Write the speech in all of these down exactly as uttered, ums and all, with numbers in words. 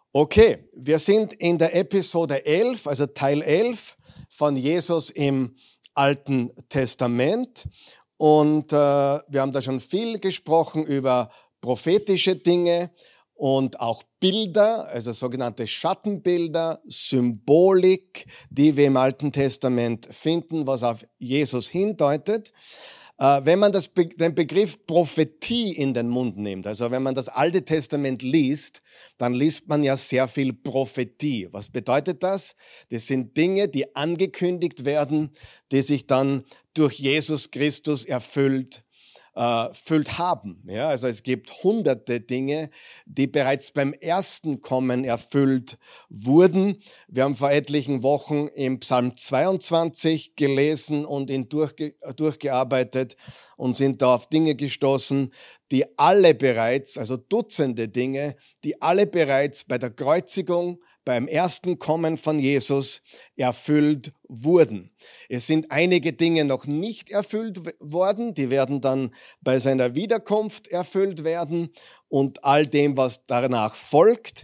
Okay, wir sind in der Episode elf, also Teil elf von Jesus im Alten Testament. Und äh, wir haben da schon viel gesprochen über prophetische Dinge und auch Bilder, also sogenannte Schattenbilder, Symbolik, die wir im Alten Testament finden, was auf Jesus hindeutet. Äh, wenn man das, den Begriff Prophetie in den Mund nimmt, also wenn man das Alte Testament liest, dann liest man ja sehr viel Prophetie. Was bedeutet das? Das sind Dinge, die angekündigt werden, die sich dann durch Jesus Christus erfüllt äh, füllt haben. Ja, also es gibt hunderte Dinge, die bereits beim ersten Kommen erfüllt wurden. Wir haben vor etlichen Wochen im Psalm zweiundzwanzig gelesen und ihn durchge durchgearbeitet und sind da auf Dinge gestoßen, die alle bereits, also Dutzende Dinge, die alle bereits bei der Kreuzigung, beim ersten Kommen von Jesus erfüllt wurden. Es sind einige Dinge noch nicht erfüllt worden, die werden dann bei seiner Wiederkunft erfüllt werden und all dem, was danach folgt.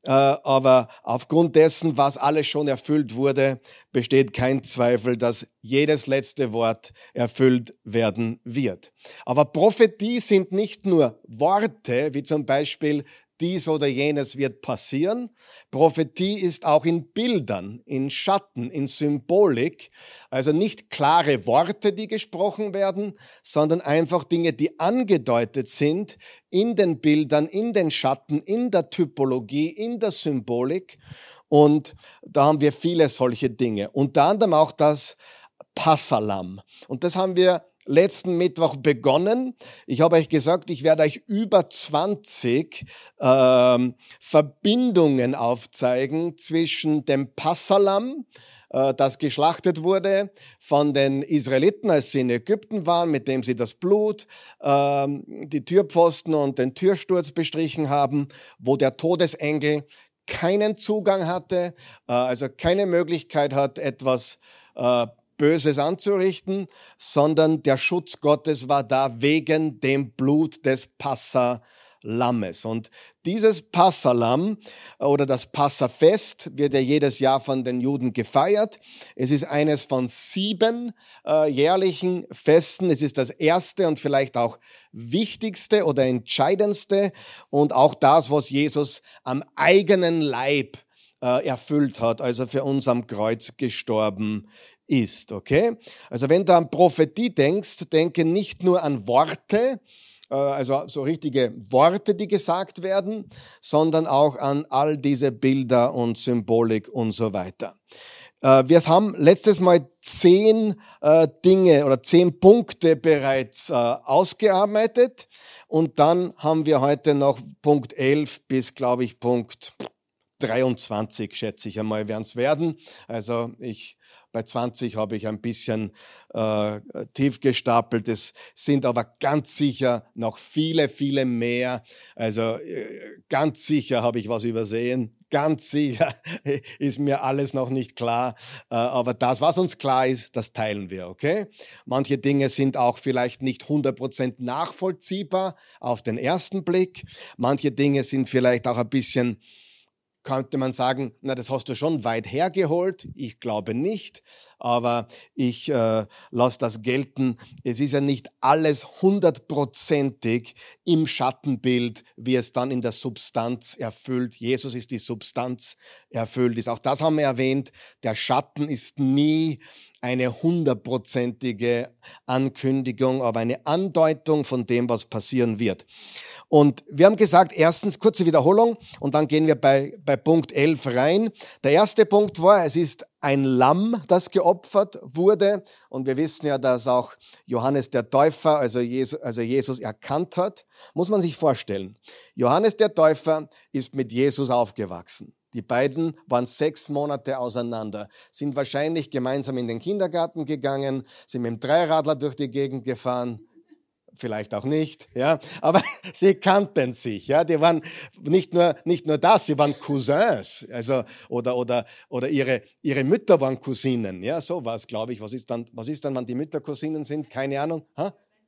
Aber aufgrund dessen, was alles schon erfüllt wurde, besteht kein Zweifel, dass jedes letzte Wort erfüllt werden wird. Aber Prophetie sind nicht nur Worte, wie zum Beispiel dies oder jenes wird passieren. Prophetie ist auch in Bildern, in Schatten, in Symbolik. Also nicht klare Worte, die gesprochen werden, sondern einfach Dinge, die angedeutet sind in den Bildern, in den Schatten, in der Typologie, in der Symbolik. Und da haben wir viele solche Dinge. Unter anderem auch das Passalam. Und das haben wir letzten Mittwoch begonnen. Ich habe euch gesagt, ich werde euch über zwanzig ähm, Verbindungen aufzeigen zwischen dem Passalam, äh, das geschlachtet wurde von den Israeliten, als sie in Ägypten waren, mit dem sie das Blut, ähm, die Türpfosten und den Türsturz bestrichen haben, wo der Todesengel keinen Zugang hatte, äh, also keine Möglichkeit hat, etwas äh, Böses anzurichten, sondern der Schutz Gottes war da wegen dem Blut des Passalammes. Und dieses Passalam oder das Passafest wird ja jedes Jahr von den Juden gefeiert. Es ist eines von sieben äh, jährlichen Festen. Es ist das erste und vielleicht auch wichtigste oder entscheidendste und auch das, was Jesus am eigenen Leib äh, erfüllt hat, als er für uns am Kreuz gestorben ist, okay? Also wenn du an Prophetie denkst, denke nicht nur an Worte, äh, also so richtige Worte, die gesagt werden, sondern auch an all diese Bilder und Symbolik und so weiter. Äh, wir haben letztes Mal zehn äh, Dinge oder zehn Punkte bereits äh, ausgearbeitet und dann haben wir heute noch Punkt elf bis, glaube ich, Punkt dreiundzwanzig, schätze ich einmal, werden es werden. Also ich Bei zwanzig habe ich ein bisschen äh, tief gestapelt. Es sind aber ganz sicher noch viele, viele mehr. Also äh, ganz sicher habe ich was übersehen. Ganz sicher ist mir alles noch nicht klar. Äh, aber das, was uns klar ist, das teilen wir, okay? Manche Dinge sind auch vielleicht nicht hundert Prozent nachvollziehbar auf den ersten Blick. Manche Dinge sind vielleicht auch ein bisschen, könnte man sagen, na, das hast du schon weit hergeholt. Ich glaube nicht, aber ich äh, lasse das gelten. Es ist ja nicht alles hundertprozentig im Schattenbild, wie es dann in der Substanz erfüllt. Jesus ist die Substanz erfüllt ist. Auch das haben wir erwähnt. Der Schatten ist nie eine hundertprozentige Ankündigung, aber eine Andeutung von dem, was passieren wird. Und wir haben gesagt, erstens, kurze Wiederholung, und dann gehen wir bei, bei Punkt elf rein. Der erste Punkt war, es ist ein Lamm, das geopfert wurde. Und wir wissen ja, dass auch Johannes der Täufer, also Jesus, also Jesus erkannt hat. Muss man sich vorstellen. Johannes der Täufer ist mit Jesus aufgewachsen. Die beiden waren sechs Monate auseinander, sind wahrscheinlich gemeinsam in den Kindergarten gegangen, sind mit dem Dreiradler durch die Gegend gefahren, vielleicht auch nicht, ja, aber sie kannten sich, ja, die waren nicht nur, nicht nur das, sie waren Cousins, also, oder, oder, oder ihre, ihre Mütter waren Cousinen, ja, so was, glaube ich. Was ist dann, was ist dann, wenn die Mütter Cousinen sind? Keine Ahnung, ha?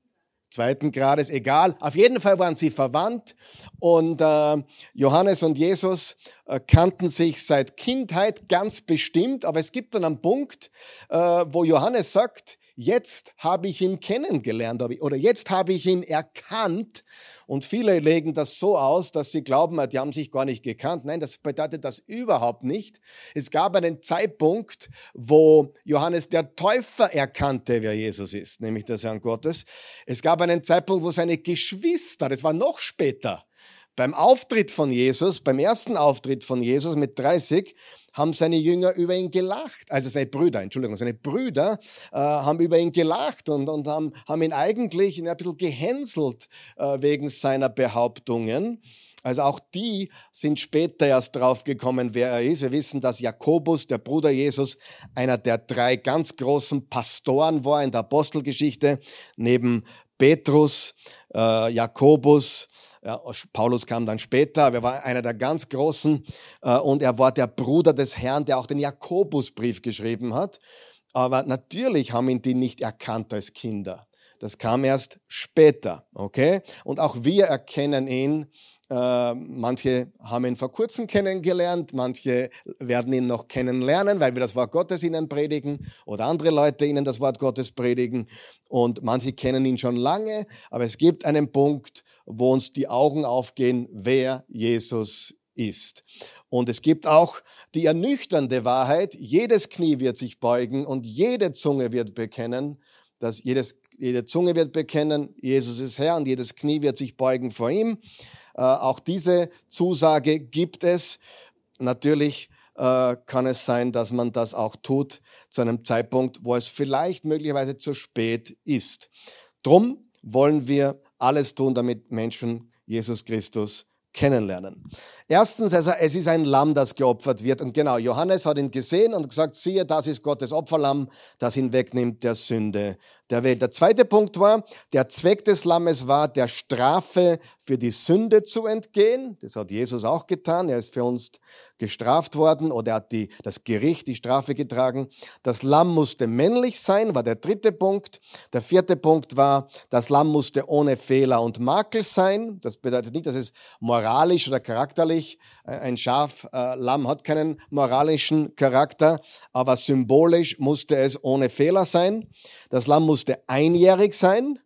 zweiten Grades, egal. Auf jeden Fall waren sie verwandt und äh, Johannes und Jesus äh, kannten sich seit Kindheit ganz bestimmt, aber es gibt dann einen Punkt, äh, wo Johannes sagt, jetzt habe ich ihn kennengelernt oder jetzt habe ich ihn erkannt. Und viele legen das so aus, dass sie glauben, die haben sich gar nicht gekannt. Nein, das bedeutet das überhaupt nicht. Es gab einen Zeitpunkt, wo Johannes der Täufer erkannte, wer Jesus ist, nämlich der Sohn Gottes. Es gab einen Zeitpunkt, wo seine Geschwister, das war noch später, beim Auftritt von Jesus, beim ersten Auftritt von Jesus mit dreißig, haben seine Jünger über ihn gelacht, also seine Brüder, Entschuldigung, seine Brüder äh, haben über ihn gelacht und, und haben, haben ihn eigentlich ein bisschen gehänselt äh, wegen seiner Behauptungen. Also auch die sind später erst draufgekommen, wer er ist. Wir wissen, dass Jakobus, der Bruder Jesus, einer der drei ganz großen Pastoren war in der Apostelgeschichte, neben Petrus, äh, Jakobus. Ja, Paulus kam dann später, aber er war einer der ganz Großen äh, und er war der Bruder des Herrn, der auch den Jakobusbrief geschrieben hat. Aber natürlich haben ihn die nicht erkannt als Kinder. Das kam erst später, okay? Und auch wir erkennen ihn. Äh, manche haben ihn vor kurzem kennengelernt, manche werden ihn noch kennenlernen, weil wir das Wort Gottes ihnen predigen oder andere Leute ihnen das Wort Gottes predigen und manche kennen ihn schon lange, aber es gibt einen Punkt, wo uns die Augen aufgehen, wer Jesus ist. Und es gibt auch die ernüchternde Wahrheit, jedes Knie wird sich beugen und jede Zunge wird bekennen, dass jedes, jede Zunge wird bekennen, Jesus ist Herr und jedes Knie wird sich beugen vor ihm. Äh, auch diese Zusage gibt es. Natürlich äh, kann es sein, dass man das auch tut zu einem Zeitpunkt, wo es vielleicht möglicherweise zu spät ist. Drum wollen wir alles tun, damit Menschen Jesus Christus kennenlernen. Erstens, also es ist ein Lamm, das geopfert wird. Und genau, Johannes hat ihn gesehen und gesagt, siehe, das ist Gottes Opferlamm, das hinwegnimmt der Sünde der Welt. Der zweite Punkt war, der Zweck des Lammes war, der Strafe für die Sünde zu entgehen. Das hat Jesus auch getan. Er ist für uns gestraft worden oder er hat die, das Gericht, die Strafe getragen. Das Lamm musste männlich sein, war der dritte Punkt. Der vierte Punkt war, das Lamm musste ohne Fehler und Makel sein. Das bedeutet nicht, dass es moralisch oder charakterlich, ein Schaf, äh, Lamm hat keinen moralischen Charakter, aber symbolisch musste es ohne Fehler sein. Das Lamm musste einjährig sein.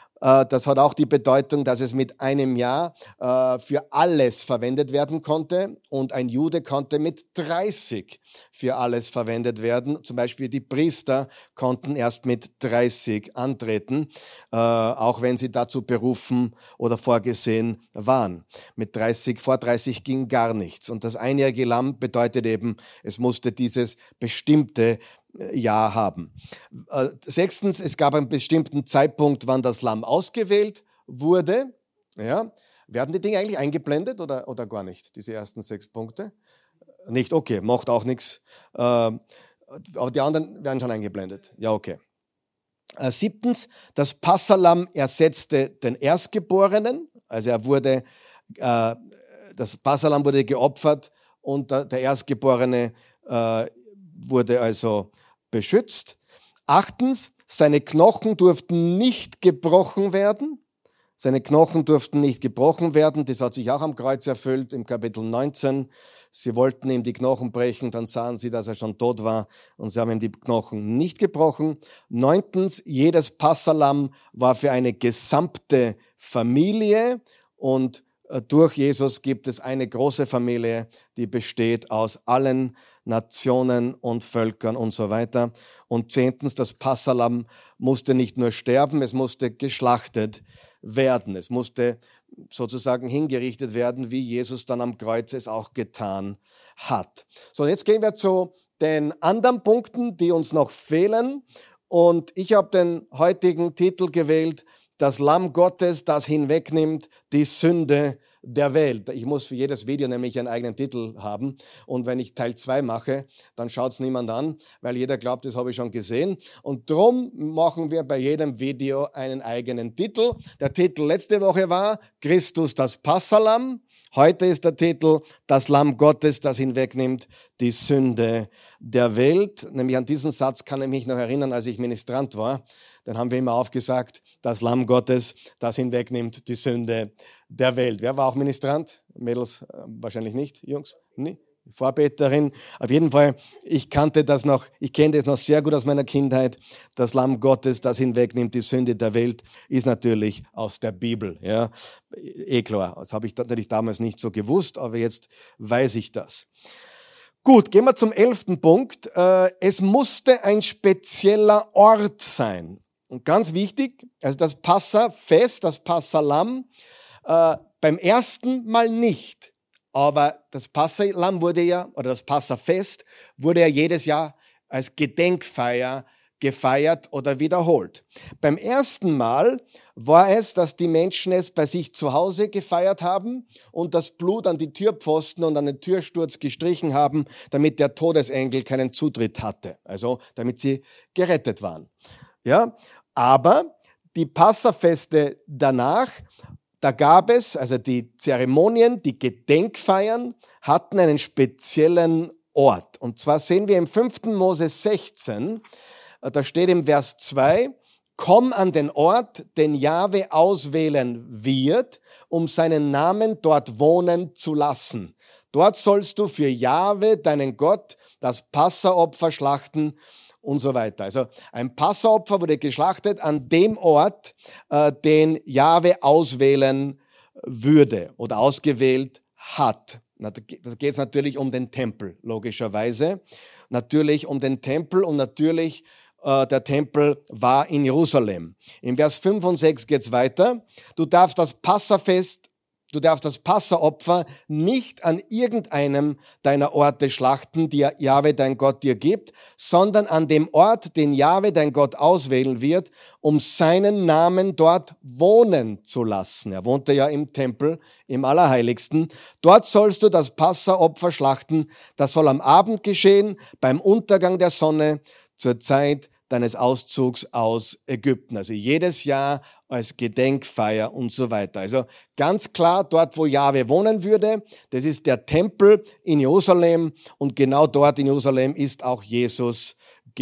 Das hat auch die Bedeutung, dass es mit einem Jahr äh, für alles verwendet werden konnte und ein Jude konnte mit dreißig für alles verwendet werden. Zum Beispiel die Priester konnten erst mit dreißig antreten, äh, auch wenn sie dazu berufen oder vorgesehen waren. Mit dreißig, vor dreißig ging gar nichts. Und das einjährige Lamm bedeutet eben, es musste dieses bestimmte Jahr haben. Sechstens, es gab einen bestimmten Zeitpunkt, wann das Lamm ausgewählt wurde. Ja. Werden die Dinge eigentlich eingeblendet oder, oder gar nicht, diese ersten sechs Punkte? Nicht, okay, macht auch nichts. Aber die anderen werden schon eingeblendet. Ja, okay. Siebtens, das Passalamm ersetzte den Erstgeborenen. Also er wurde, das Passalamm wurde geopfert und der Erstgeborene wurde also beschützt. Achtens, seine Knochen durften nicht gebrochen werden. Seine Knochen durften nicht gebrochen werden. Das hat sich auch am Kreuz erfüllt im Kapitel neunzehn. Sie wollten ihm die Knochen brechen, dann sahen sie, dass er schon tot war und sie haben ihm die Knochen nicht gebrochen. Neuntens, jedes Passalamm war für eine gesamte Familie und durch Jesus gibt es eine große Familie, die besteht aus allen Nationen und Völkern und so weiter. Und zehntens, das Passalamm musste nicht nur sterben, es musste geschlachtet werden. Es musste sozusagen hingerichtet werden, wie Jesus dann am Kreuz es auch getan hat. So, und jetzt gehen wir zu den anderen Punkten, die uns noch fehlen. Und ich habe den heutigen Titel gewählt, das Lamm Gottes, das hinwegnimmt die Sünde der Welt. Ich muss für jedes Video nämlich einen eigenen Titel haben. Und wenn ich Teil zwei mache, dann schaut es niemand an, weil jeder glaubt, das habe ich schon gesehen. Und drum machen wir bei jedem Video einen eigenen Titel. Der Titel letzte Woche war Christus das Passalamm. Heute ist der Titel das Lamm Gottes, das hinwegnimmt die Sünde der Welt. Nämlich an diesen Satz kann ich mich noch erinnern, als ich Ministrant war. dann haben wir immer aufgesagt, das Lamm Gottes, das hinwegnimmt die Sünde der Welt. Wer war auch Ministrant? Mädels äh, wahrscheinlich nicht, Jungs? Nee. Vorbeterin. Auf jeden Fall, ich kannte das noch, ich kenne das noch sehr gut aus meiner Kindheit. Das Lamm Gottes, das hinwegnimmt die Sünde der Welt, ist natürlich aus der Bibel. Ja, eh klar. Das habe ich natürlich damals nicht so gewusst, aber jetzt weiß ich das. Gut, gehen wir zum elften Punkt. Es musste ein spezieller Ort sein. Und ganz wichtig, also das Passafest, das Passalamm, äh, beim ersten Mal nicht. Aber das Passalamm wurde ja, oder das Passafest wurde ja jedes Jahr als Gedenkfeier gefeiert oder wiederholt. Beim ersten Mal war es, dass die Menschen es bei sich zu Hause gefeiert haben und das Blut an die Türpfosten und an den Türsturz gestrichen haben, damit der Todesengel keinen Zutritt hatte. Also, damit sie gerettet waren. Ja, aber die Passafeste danach, da gab es, also die Zeremonien, die Gedenkfeiern, hatten einen speziellen Ort. Und zwar sehen wir im fünften Mose sechzehn, da steht im Vers zwei, komm an den Ort, den Jahwe auswählen wird, um seinen Namen dort wohnen zu lassen. Dort sollst du für Jahwe, deinen Gott, das Passaopfer schlachten, und so weiter. Also ein Passaopfer wurde geschlachtet an dem Ort, äh, den Jahwe auswählen würde oder ausgewählt hat. Da geht es natürlich um den Tempel, logischerweise. Natürlich um den Tempel und natürlich äh, der Tempel war in Jerusalem. Im Vers fünf und sechs geht es weiter. Du darfst das Passafest Du darfst das Passaopfer nicht an irgendeinem deiner Orte schlachten, die Jahwe dein Gott dir gibt, sondern an dem Ort, den Jahwe dein Gott auswählen wird, um seinen Namen dort wohnen zu lassen. Er wohnte ja im Tempel, im Allerheiligsten. Dort sollst du das Passaopfer schlachten. Das soll am Abend geschehen, beim Untergang der Sonne, zur Zeit deines Auszugs aus Ägypten. Also jedes Jahr als Gedenkfeier und so weiter. Also ganz klar, dort, wo Jahwe wohnen würde, das ist der Tempel in Jerusalem und genau dort in Jerusalem ist auch Jesus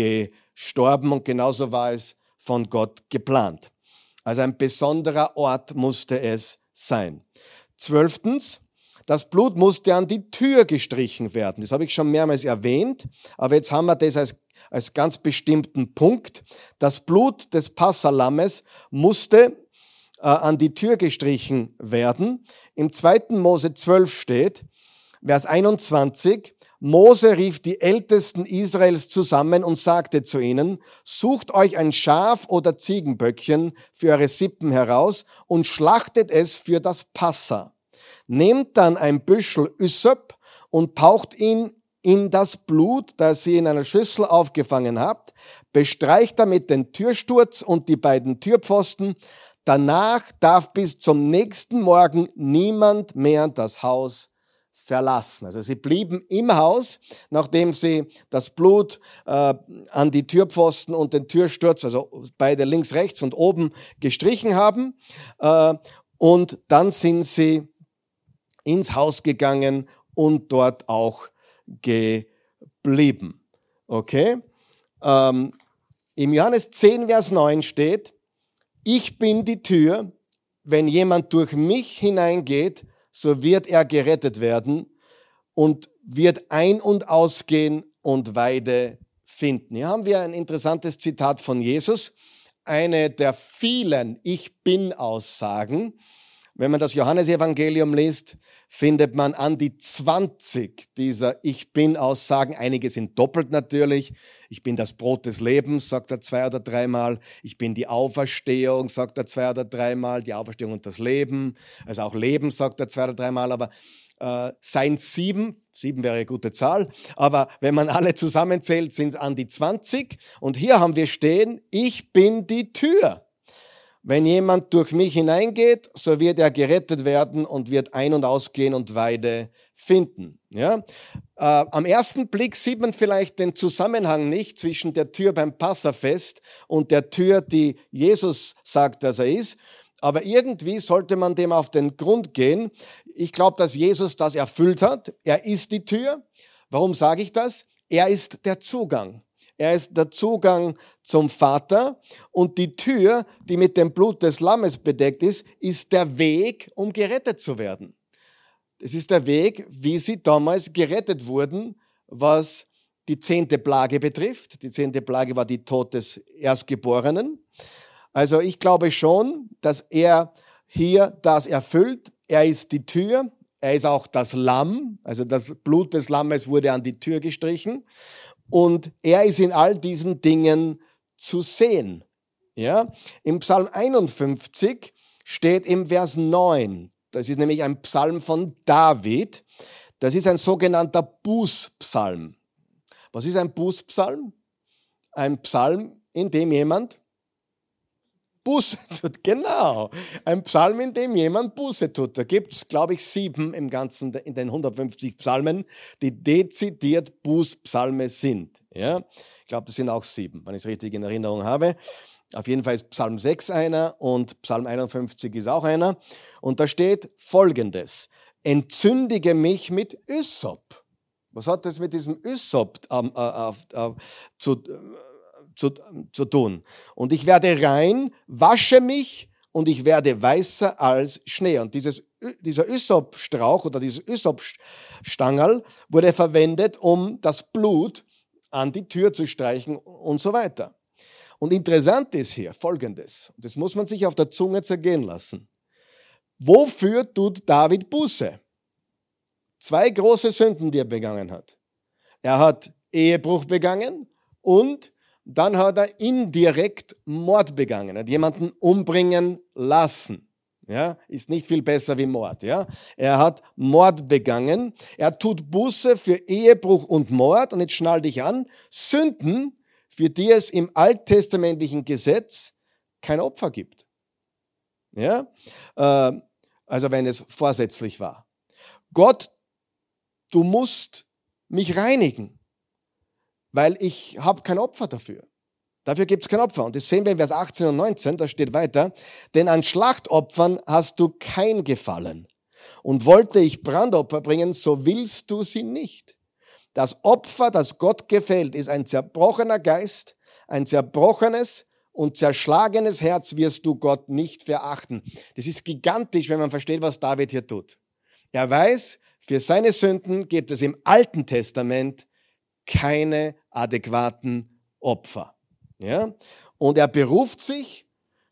gestorben und genauso war es von Gott geplant. Also ein besonderer Ort musste es sein. Zwölftens, das Blut musste an die Tür gestrichen werden. Das habe ich schon mehrmals erwähnt, aber jetzt haben wir das als als ganz bestimmten Punkt. Das Blut des Passalammes musste äh, an die Tür gestrichen werden. Im zweiten Mose zwölf steht, Vers einundzwanzig, Mose rief die Ältesten Israels zusammen und sagte zu ihnen, sucht euch ein Schaf oder Ziegenböckchen für eure Sippen heraus und schlachtet es für das Passa. Nehmt dann ein Büschel Hyssop und taucht ihn in das Blut, das ihr in einer Schüssel aufgefangen habt, bestreicht damit den Türsturz und die beiden Türpfosten. Danach darf bis zum nächsten Morgen niemand mehr das Haus verlassen. Also sie blieben im Haus, nachdem sie das Blut äh, an die Türpfosten und den Türsturz, also beide links, rechts und oben gestrichen haben. Äh, und dann sind sie ins Haus gegangen und dort auch geblieben. Okay? Ähm, Im Johannes zehn, Vers neun steht, ich bin die Tür, wenn jemand durch mich hineingeht, so wird er gerettet werden und wird ein- und ausgehen und Weide finden. Hier haben wir ein interessantes Zitat von Jesus, eine der vielen Ich-Bin-Aussagen. Wenn man das Johannesevangelium liest, findet man an die zwanzig dieser Ich-Bin-Aussagen. Einige sind doppelt natürlich. Ich bin das Brot des Lebens, sagt er zwei oder dreimal. Ich bin die Auferstehung, sagt er zwei oder dreimal. Die Auferstehung und das Leben. Also auch Leben, sagt er zwei oder dreimal. Aber äh, seien sieben, sieben wäre eine gute Zahl. Aber wenn man alle zusammenzählt, sind es an die zwanzig. Und hier haben wir stehen, ich bin die Tür. Wenn jemand durch mich hineingeht, so wird er gerettet werden und wird ein- und ausgehen und Weide finden. Ja? Äh, am ersten Blick sieht man vielleicht den Zusammenhang nicht zwischen der Tür beim Passafest und der Tür, die Jesus sagt, dass er ist. Aber irgendwie sollte man dem auf den Grund gehen. Ich glaube, dass Jesus das erfüllt hat. Er ist die Tür. Warum sage ich das? Er ist der Zugang. Er ist der Zugang zum Vater und die Tür, die mit dem Blut des Lammes bedeckt ist, ist der Weg, um gerettet zu werden. Es ist der Weg, wie sie damals gerettet wurden, was die zehnte Plage betrifft. Die zehnte Plage war die Tod des Erstgeborenen. Also ich glaube schon, dass er hier das erfüllt. Er ist die Tür. Er ist auch das Lamm. Also das Blut des Lammes wurde an die Tür gestrichen. Und er ist in all diesen Dingen zu sehen. Ja? Im Psalm einundfünfzig steht im Vers neun, das ist nämlich ein Psalm von David, das ist ein sogenannter Bußpsalm. Was ist ein Bußpsalm? Ein Psalm, in dem jemand Buße tut, genau. Ein Psalm, in dem jemand Buße tut. Da gibt es, glaube ich, sieben im Ganzen, in den hundertfünfzig Psalmen, die dezidiert Bußpsalme sind. Ja? Ich glaube, das sind auch sieben, wenn ich es richtig in Erinnerung habe. Auf jeden Fall ist Psalm sechs einer und Psalm einundfünfzig ist auch einer. Und da steht Folgendes: Entzündige mich mit Hyssop. Was hat das mit diesem Hyssop ähm, äh, äh, zu, äh, zu, äh, zu tun? Und ich werde rein, wasche mich und ich werde weißer als Schnee. Und dieses, dieser Hyssopstrauch oder dieses Hyssopstangerl wurde verwendet, um das Blut an die Tür zu streichen und so weiter. Und interessant ist hier Folgendes, das muss man sich auf der Zunge zergehen lassen. Wofür tut David Buße? Zwei große Sünden, die er begangen hat. Er hat Ehebruch begangen und dann hat er indirekt Mord begangen. Er hat jemanden umbringen lassen. Ja, ist nicht viel besser wie Mord. Ja? Er hat Mord begangen. Er tut Buße für Ehebruch und Mord. Und jetzt schnall dich an. Sünden, für die es im alttestamentlichen Gesetz kein Opfer gibt. Ja? Äh, also wenn es vorsätzlich war. Gott, du musst mich reinigen, weil ich habe kein Opfer dafür. Dafür gibt es kein Opfer. Und das sehen wir in Vers achtzehn und neunzehn, da steht weiter, denn an Schlachtopfern hast du kein Gefallen. Und wollte ich Brandopfer bringen, so willst du sie nicht. Das Opfer, das Gott gefällt, ist ein zerbrochener Geist, ein zerbrochenes und zerschlagenes Herz wirst du Gott nicht verachten. Das ist gigantisch, wenn man versteht, was David hier tut. Er weiß, für seine Sünden gibt es im Alten Testament keine adäquaten Opfer. Ja? Und er beruft sich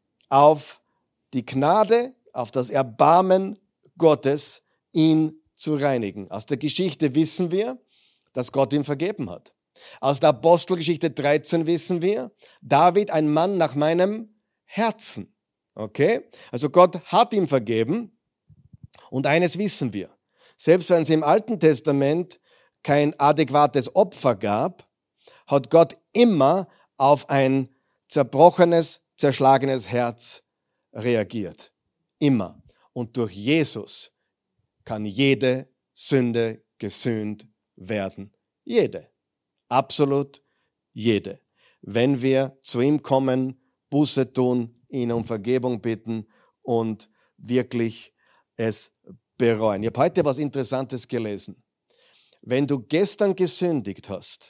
auf die Gnade, auf das Erbarmen Gottes, ihn zu reinigen. Aus der Geschichte wissen wir, dass Gott ihm vergeben hat. Aus der Apostelgeschichte dreizehn wissen wir, David, ein Mann nach meinem Herzen. Okay? Also Gott hat ihm vergeben. Und eines wissen wir, selbst wenn es im Alten Testament kein adäquates Opfer gab, hat Gott immer auf ein zerbrochenes, zerschlagenes Herz reagiert. Immer. Und durch Jesus kann jede Sünde gesühnt werden. Jede. Absolut jede. Wenn wir zu ihm kommen, Buße tun, ihn um Vergebung bitten und wirklich es bereuen. Ich habe heute was Interessantes gelesen. Wenn du gestern gesündigt hast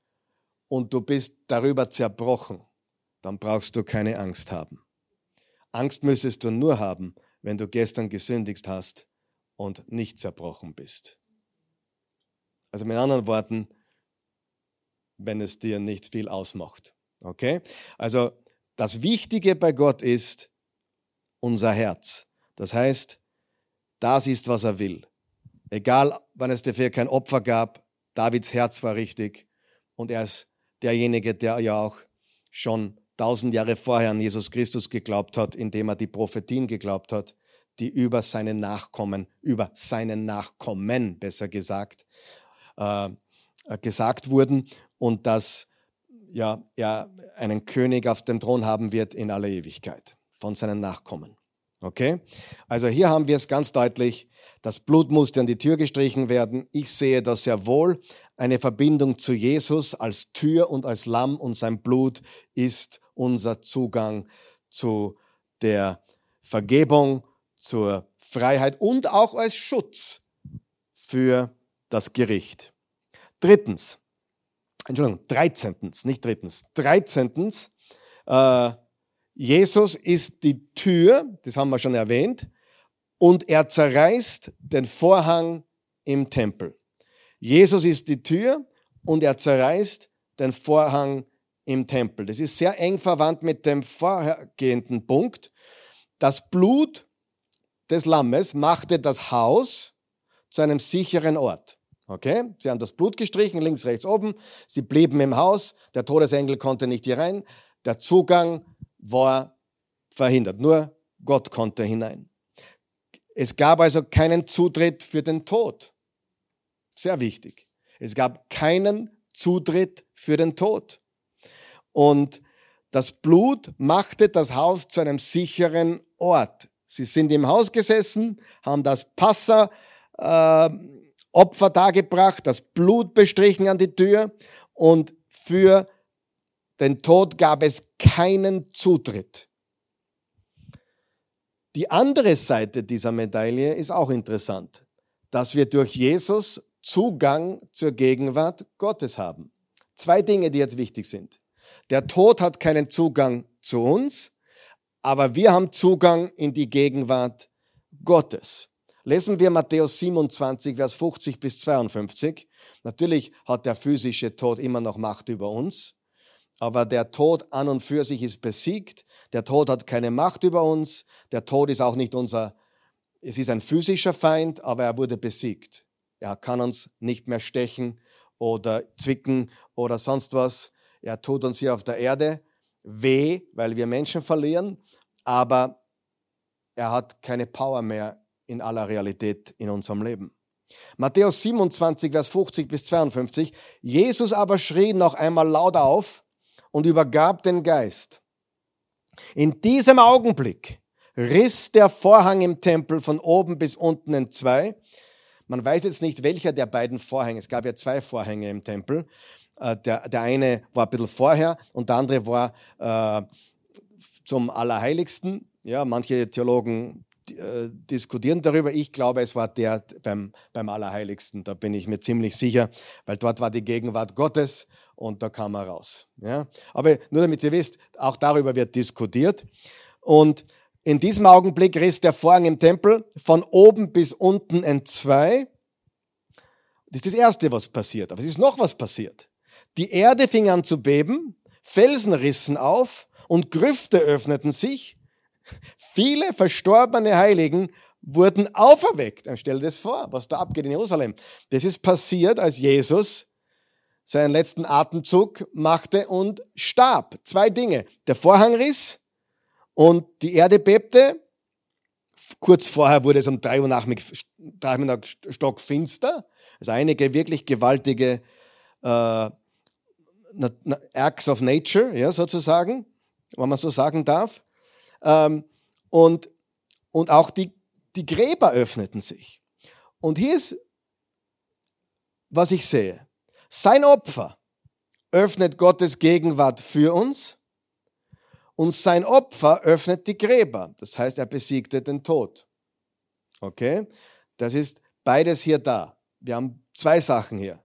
und du bist darüber zerbrochen, dann brauchst du keine Angst haben. Angst müsstest du nur haben, wenn du gestern gesündigt hast und nicht zerbrochen bist. Also mit anderen Worten, wenn es dir nicht viel ausmacht. Okay? Also das Wichtige bei Gott ist unser Herz. Das heißt, das ist, was er will. Egal, wann es dafür kein Opfer gab, Davids Herz war richtig und er ist derjenige, der ja auch schon tausend Jahre vorher an Jesus Christus geglaubt hat, indem er die Prophetien geglaubt hat, die über seine Nachkommen, über seinen Nachkommen, besser gesagt, äh, gesagt wurden und dass ja, er einen König auf dem Thron haben wird in aller Ewigkeit von seinen Nachkommen. Okay? Also hier haben wir es ganz deutlich, das Blut musste an die Tür gestrichen werden. Ich sehe da sehr wohl eine Verbindung zu Jesus als Tür und als Lamm und sein Blut ist unser Zugang zu der Vergebung, zur Freiheit und auch als Schutz für das Gericht. Drittens, Entschuldigung, dreizehntens, nicht drittens, dreizehntens, äh, Jesus ist die Tür, das haben wir schon erwähnt, und er zerreißt den Vorhang im Tempel. Jesus ist die Tür und er zerreißt den Vorhang im Tempel. Das ist sehr eng verwandt mit dem vorhergehenden Punkt. Das Blut des Lammes machte das Haus zu einem sicheren Ort. Okay? Sie haben das Blut gestrichen, links, rechts, oben. Sie blieben im Haus. Der Todesengel konnte nicht hier rein. Der Zugang war verhindert. Nur Gott konnte hinein. Es gab also keinen Zutritt für den Tod. Sehr wichtig. Es gab keinen Zutritt für den Tod. Und das Blut machte das Haus zu einem sicheren Ort. Sie sind im Haus gesessen, haben das Passa äh, Opfer dargebracht, das Blut bestrichen an die Tür und für den Tod gab es keinen Zutritt. Die andere Seite dieser Medaille ist auch interessant, dass wir durch Jesus Zugang zur Gegenwart Gottes haben. Zwei Dinge, die jetzt wichtig sind. Der Tod hat keinen Zugang zu uns, aber wir haben Zugang in die Gegenwart Gottes. Lesen wir Matthäus siebenundzwanzig, Vers fünfzig bis zweiundfünfzig. Natürlich hat der physische Tod immer noch Macht über uns, aber der Tod an und für sich ist besiegt. Der Tod hat keine Macht über uns. Der Tod ist auch nicht unser, es ist ein physischer Feind, aber er wurde besiegt. Er kann uns nicht mehr stechen oder zwicken oder sonst was. Er tut uns hier auf der Erde weh, weil wir Menschen verlieren, aber er hat keine Power mehr in aller Realität in unserem Leben. Matthäus siebenundzwanzig, Vers fünfzig bis zweiundfünfzig. Jesus aber schrie noch einmal laut auf und übergab den Geist. In diesem Augenblick riss der Vorhang im Tempel von oben bis unten entzwei. Man weiß jetzt nicht, welcher der beiden Vorhänge. Es gab ja zwei Vorhänge im Tempel. Der, der eine war ein bisschen vorher und der andere war äh, zum Allerheiligsten. Ja, manche Theologen äh, diskutieren darüber. Ich glaube, es war der beim, beim Allerheiligsten. Da bin ich mir ziemlich sicher, weil dort war die Gegenwart Gottes und da kam er raus. Ja? Aber nur damit ihr wisst, auch darüber wird diskutiert. Und in diesem Augenblick riss der Vorhang im Tempel von oben bis unten entzwei. Das ist das Erste, was passiert. Aber es ist noch was passiert. Die Erde fing an zu beben, Felsen rissen auf und Grüfte öffneten sich. Viele verstorbene Heiligen wurden auferweckt. Stell dir das vor, was da abgeht in Jerusalem. Das ist passiert, als Jesus seinen letzten Atemzug machte und starb. Zwei Dinge. Der Vorhang riss und die Erde bebte. Kurz vorher wurde es um drei Uhr Nachmittag stockfinster. Also einige wirklich gewaltige äh, Acts of Nature, ja, sozusagen, wenn man so sagen darf. Ähm, und, und auch die, die Gräber öffneten sich. Und hier ist, was ich sehe. Sein Opfer öffnet Gottes Gegenwart für uns und sein Opfer öffnet die Gräber. Das heißt, er besiegte den Tod. Okay? Das ist beides hier da. Wir haben zwei Sachen hier.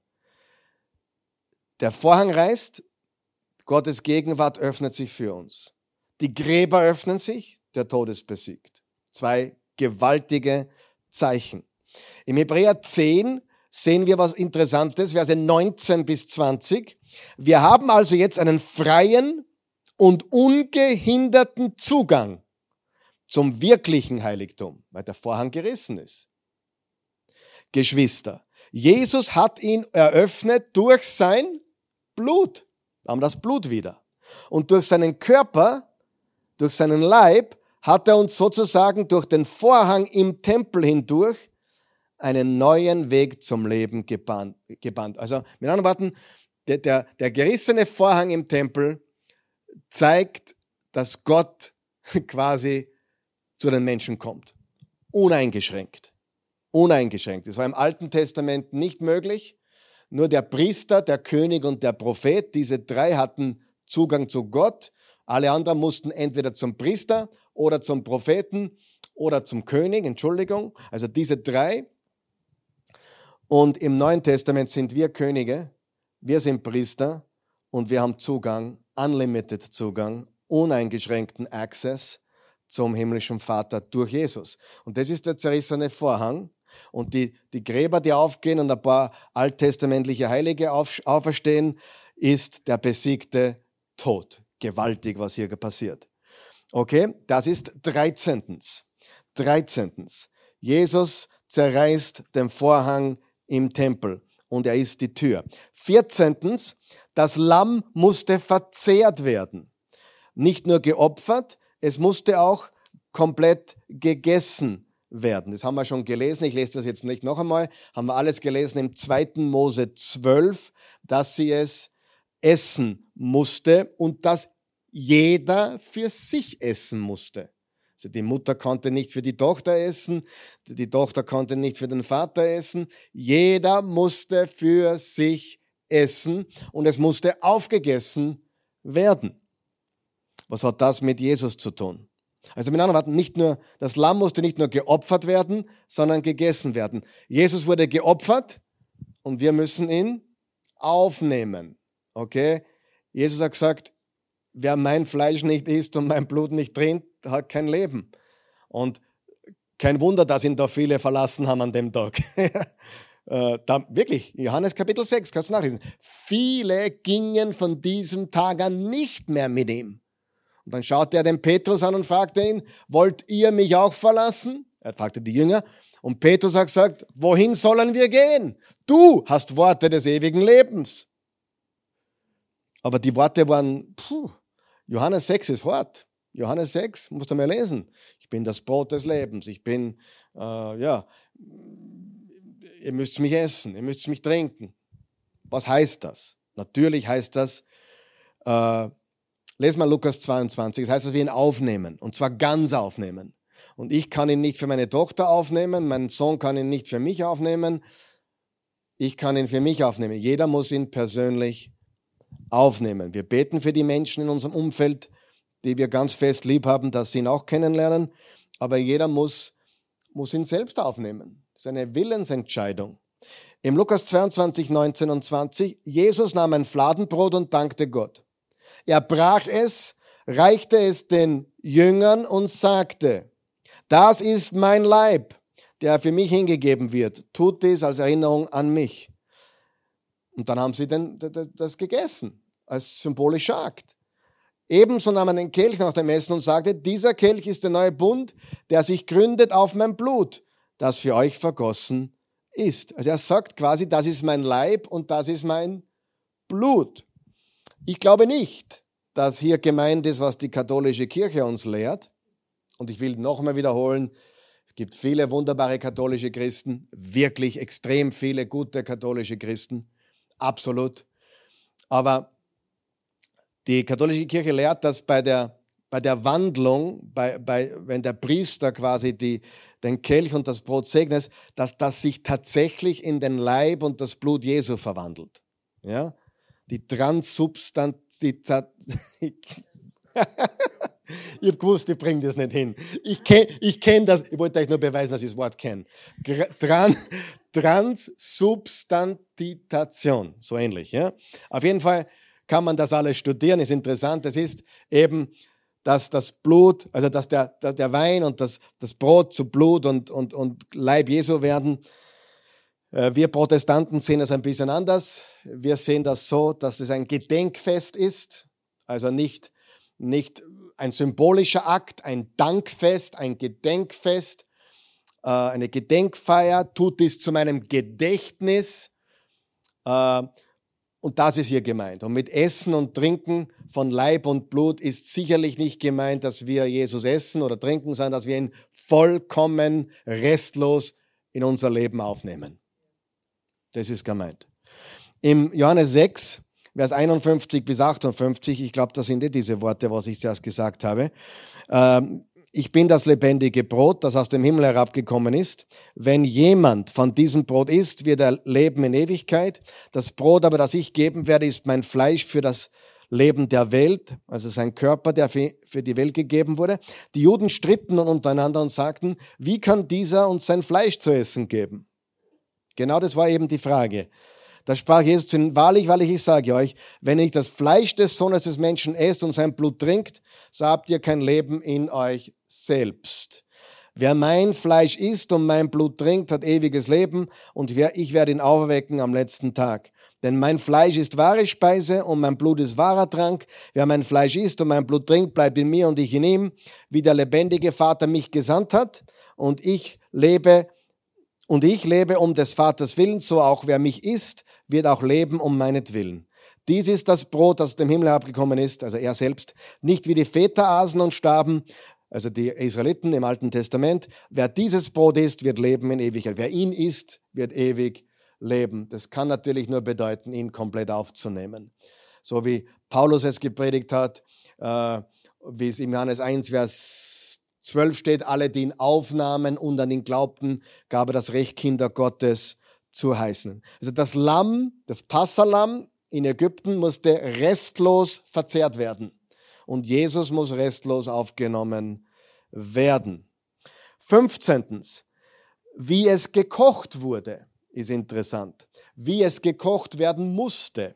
Der Vorhang reißt, Gottes Gegenwart öffnet sich für uns. Die Gräber öffnen sich, der Tod ist besiegt. Zwei gewaltige Zeichen. Im Hebräer zehn sehen wir was Interessantes, Verse neunzehn bis zwanzig. Wir haben also jetzt einen freien und ungehinderten Zugang zum wirklichen Heiligtum, weil der Vorhang gerissen ist. Geschwister, Jesus hat ihn eröffnet durch sein Blut. Wir haben das Blut wieder. Und durch seinen Körper, durch seinen Leib, hat er uns sozusagen durch den Vorhang im Tempel hindurch einen neuen Weg zum Leben gebannt. gebannt. Also mit anderen Worten, der, der, der gerissene Vorhang im Tempel zeigt, dass Gott quasi zu den Menschen kommt. Uneingeschränkt. Uneingeschränkt. Das war im Alten Testament nicht möglich. Nur der Priester, der König und der Prophet, diese drei hatten Zugang zu Gott. Alle anderen mussten entweder zum Priester oder zum Propheten oder zum König, Entschuldigung. Also diese drei. Und im Neuen Testament sind wir Könige Wir sind Priester und wir haben Zugang, unlimited Zugang, uneingeschränkten Access zum himmlischen Vater durch Jesus. Und das ist der zerrissene Vorhang. Und die, die Gräber, die aufgehen und ein paar alttestamentliche Heilige auf, auferstehen, ist der besiegte Tod. Gewaltig, was hier passiert. Okay, das ist dreizehntens. dreizehntens. Jesus zerreißt den Vorhang im Tempel und er ist die Tür. vierzehntens. Das Lamm musste verzehrt werden. Nicht nur geopfert, es musste auch komplett gegessen werden. Das haben wir schon gelesen. Ich lese das jetzt nicht noch einmal. Haben wir alles gelesen im zweiten Mose zwölf, dass sie es essen musste und dass jeder für sich essen musste. Also die Mutter konnte nicht für die Tochter essen, die Tochter konnte nicht für den Vater essen. Jeder musste für sich essen und es musste aufgegessen werden. Was hat das mit Jesus zu tun? Also mit anderen Worten, nicht nur, das Lamm musste nicht nur geopfert werden, sondern gegessen werden. Jesus wurde geopfert und wir müssen ihn aufnehmen. Okay? Jesus hat gesagt, wer mein Fleisch nicht isst und mein Blut nicht trinkt, hat kein Leben. Und kein Wunder, dass ihn da viele verlassen haben an dem Tag. äh, da, wirklich, Johannes Kapitel sechs, kannst du nachlesen. Viele gingen von diesem Tag an nicht mehr mit ihm. Und dann schaute er den Petrus an und fragte ihn, wollt ihr mich auch verlassen? Er fragte die Jünger. Und Petrus hat gesagt, wohin sollen wir gehen? Du hast Worte des ewigen Lebens. Aber die Worte waren, puh, Johannes sechs ist hart. Johannes sechs, musst du mal lesen. Ich bin das Brot des Lebens. Ich bin, äh, ja, ihr müsst mich essen, ihr müsst mich trinken. Was heißt das? Natürlich heißt das, äh, lesen wir Lukas zweiundzwanzig, das heißt, dass wir ihn aufnehmen, und zwar ganz aufnehmen. Und ich kann ihn nicht für meine Tochter aufnehmen, mein Sohn kann ihn nicht für mich aufnehmen, ich kann ihn für mich aufnehmen. Jeder muss ihn persönlich aufnehmen. Wir beten für die Menschen in unserem Umfeld, die wir ganz fest lieb haben, dass sie ihn auch kennenlernen, aber jeder muss, muss ihn selbst aufnehmen. Das ist eine Willensentscheidung. Im Lukas zweiundzwanzig, neunzehn und zwanzig, Jesus nahm ein Fladenbrot und dankte Gott. Er brach es, reichte es den Jüngern und sagte, das ist mein Leib, der für mich hingegeben wird. Tut dies als Erinnerung an mich. Und dann haben sie den, das gegessen, als symbolischer Akt. Ebenso nahm er den Kelch nach dem Essen und sagte, dieser Kelch ist der neue Bund, der sich gründet auf mein Blut, das für euch vergossen ist. Also er sagt quasi, das ist mein Leib und das ist mein Blut. Ich glaube nicht, dass hier gemeint ist, was die katholische Kirche uns lehrt. Und ich will nochmal wiederholen, es gibt viele wunderbare katholische Christen, wirklich extrem viele gute katholische Christen, absolut. Aber die katholische Kirche lehrt, dass bei der, bei der Wandlung, bei, bei, wenn der Priester quasi die, den Kelch und das Brot segnet, dass das sich tatsächlich in den Leib und das Blut Jesu verwandelt. Ja? Die Transsubstantiation. Ich habe gewusst, ich bringe das nicht hin. Ich kenne ich kenn das, ich wollte euch nur beweisen, dass ich das Wort kenne. Tran, Transsubstantiation, so ähnlich. Ja? Auf jeden Fall kann man das alles studieren, ist interessant. Das ist eben, dass das Blut, also dass der, der Wein und das, das Brot zu Blut und, und, und Leib Jesu werden. Wir Protestanten sehen das ein bisschen anders. Wir sehen das so, dass es ein Gedenkfest ist, also nicht, nicht ein symbolischer Akt, ein Dankfest, ein Gedenkfest, eine Gedenkfeier, tut dies zu meinem Gedächtnis. Und das ist hier gemeint. Und mit Essen und Trinken von Leib und Blut ist sicherlich nicht gemeint, dass wir Jesus essen oder trinken, sondern dass wir ihn vollkommen restlos in unser Leben aufnehmen. Das ist gemeint. Im Johannes sechs, Vers einundfünfzig bis achtundfünfzig, ich glaube, das sind eh diese Worte, was ich zuerst gesagt habe. Ähm, ich bin das lebendige Brot, das aus dem Himmel herabgekommen ist. Wenn jemand von diesem Brot isst, wird er leben in Ewigkeit. Das Brot aber, das ich geben werde, ist mein Fleisch für das Leben der Welt, also sein Körper, der für, für die Welt gegeben wurde. Die Juden stritten untereinander und sagten, wie kann dieser uns sein Fleisch zu essen geben? Genau das war eben die Frage. Da sprach Jesus zu ihnen: Wahrlich, wahrlich, ich sage euch, wenn ihr nicht das Fleisch des Sohnes des Menschen esst und sein Blut trinkt, so habt ihr kein Leben in euch selbst. Wer mein Fleisch isst und mein Blut trinkt, hat ewiges Leben, und ich werde ihn auferwecken am letzten Tag. Denn mein Fleisch ist wahre Speise und mein Blut ist wahrer Trank. Wer mein Fleisch isst und mein Blut trinkt, bleibt in mir und ich in ihm, wie der lebendige Vater mich gesandt hat, und ich lebe Und ich lebe um des Vaters Willen, so auch wer mich isst, wird auch leben um meinetwillen. Dies ist das Brot, das aus dem Himmel herabgekommen ist, also er selbst, nicht wie die Väter aßen und starben, also die Israeliten im Alten Testament. Wer dieses Brot isst, wird leben in Ewigkeit. Wer ihn isst, wird ewig leben. Das kann natürlich nur bedeuten, ihn komplett aufzunehmen. So wie Paulus es gepredigt hat, äh, wie es im Johannes eins, Vers zwölf steht: Alle, die ihn aufnahmen und an ihn glaubten, gab er das Recht, Kinder Gottes zu heißen. Also das Lamm, das Passalamm in Ägypten musste restlos verzehrt werden. Und Jesus muss restlos aufgenommen werden. fünfzehntens. Wie es gekocht wurde, ist interessant. Wie es gekocht werden musste.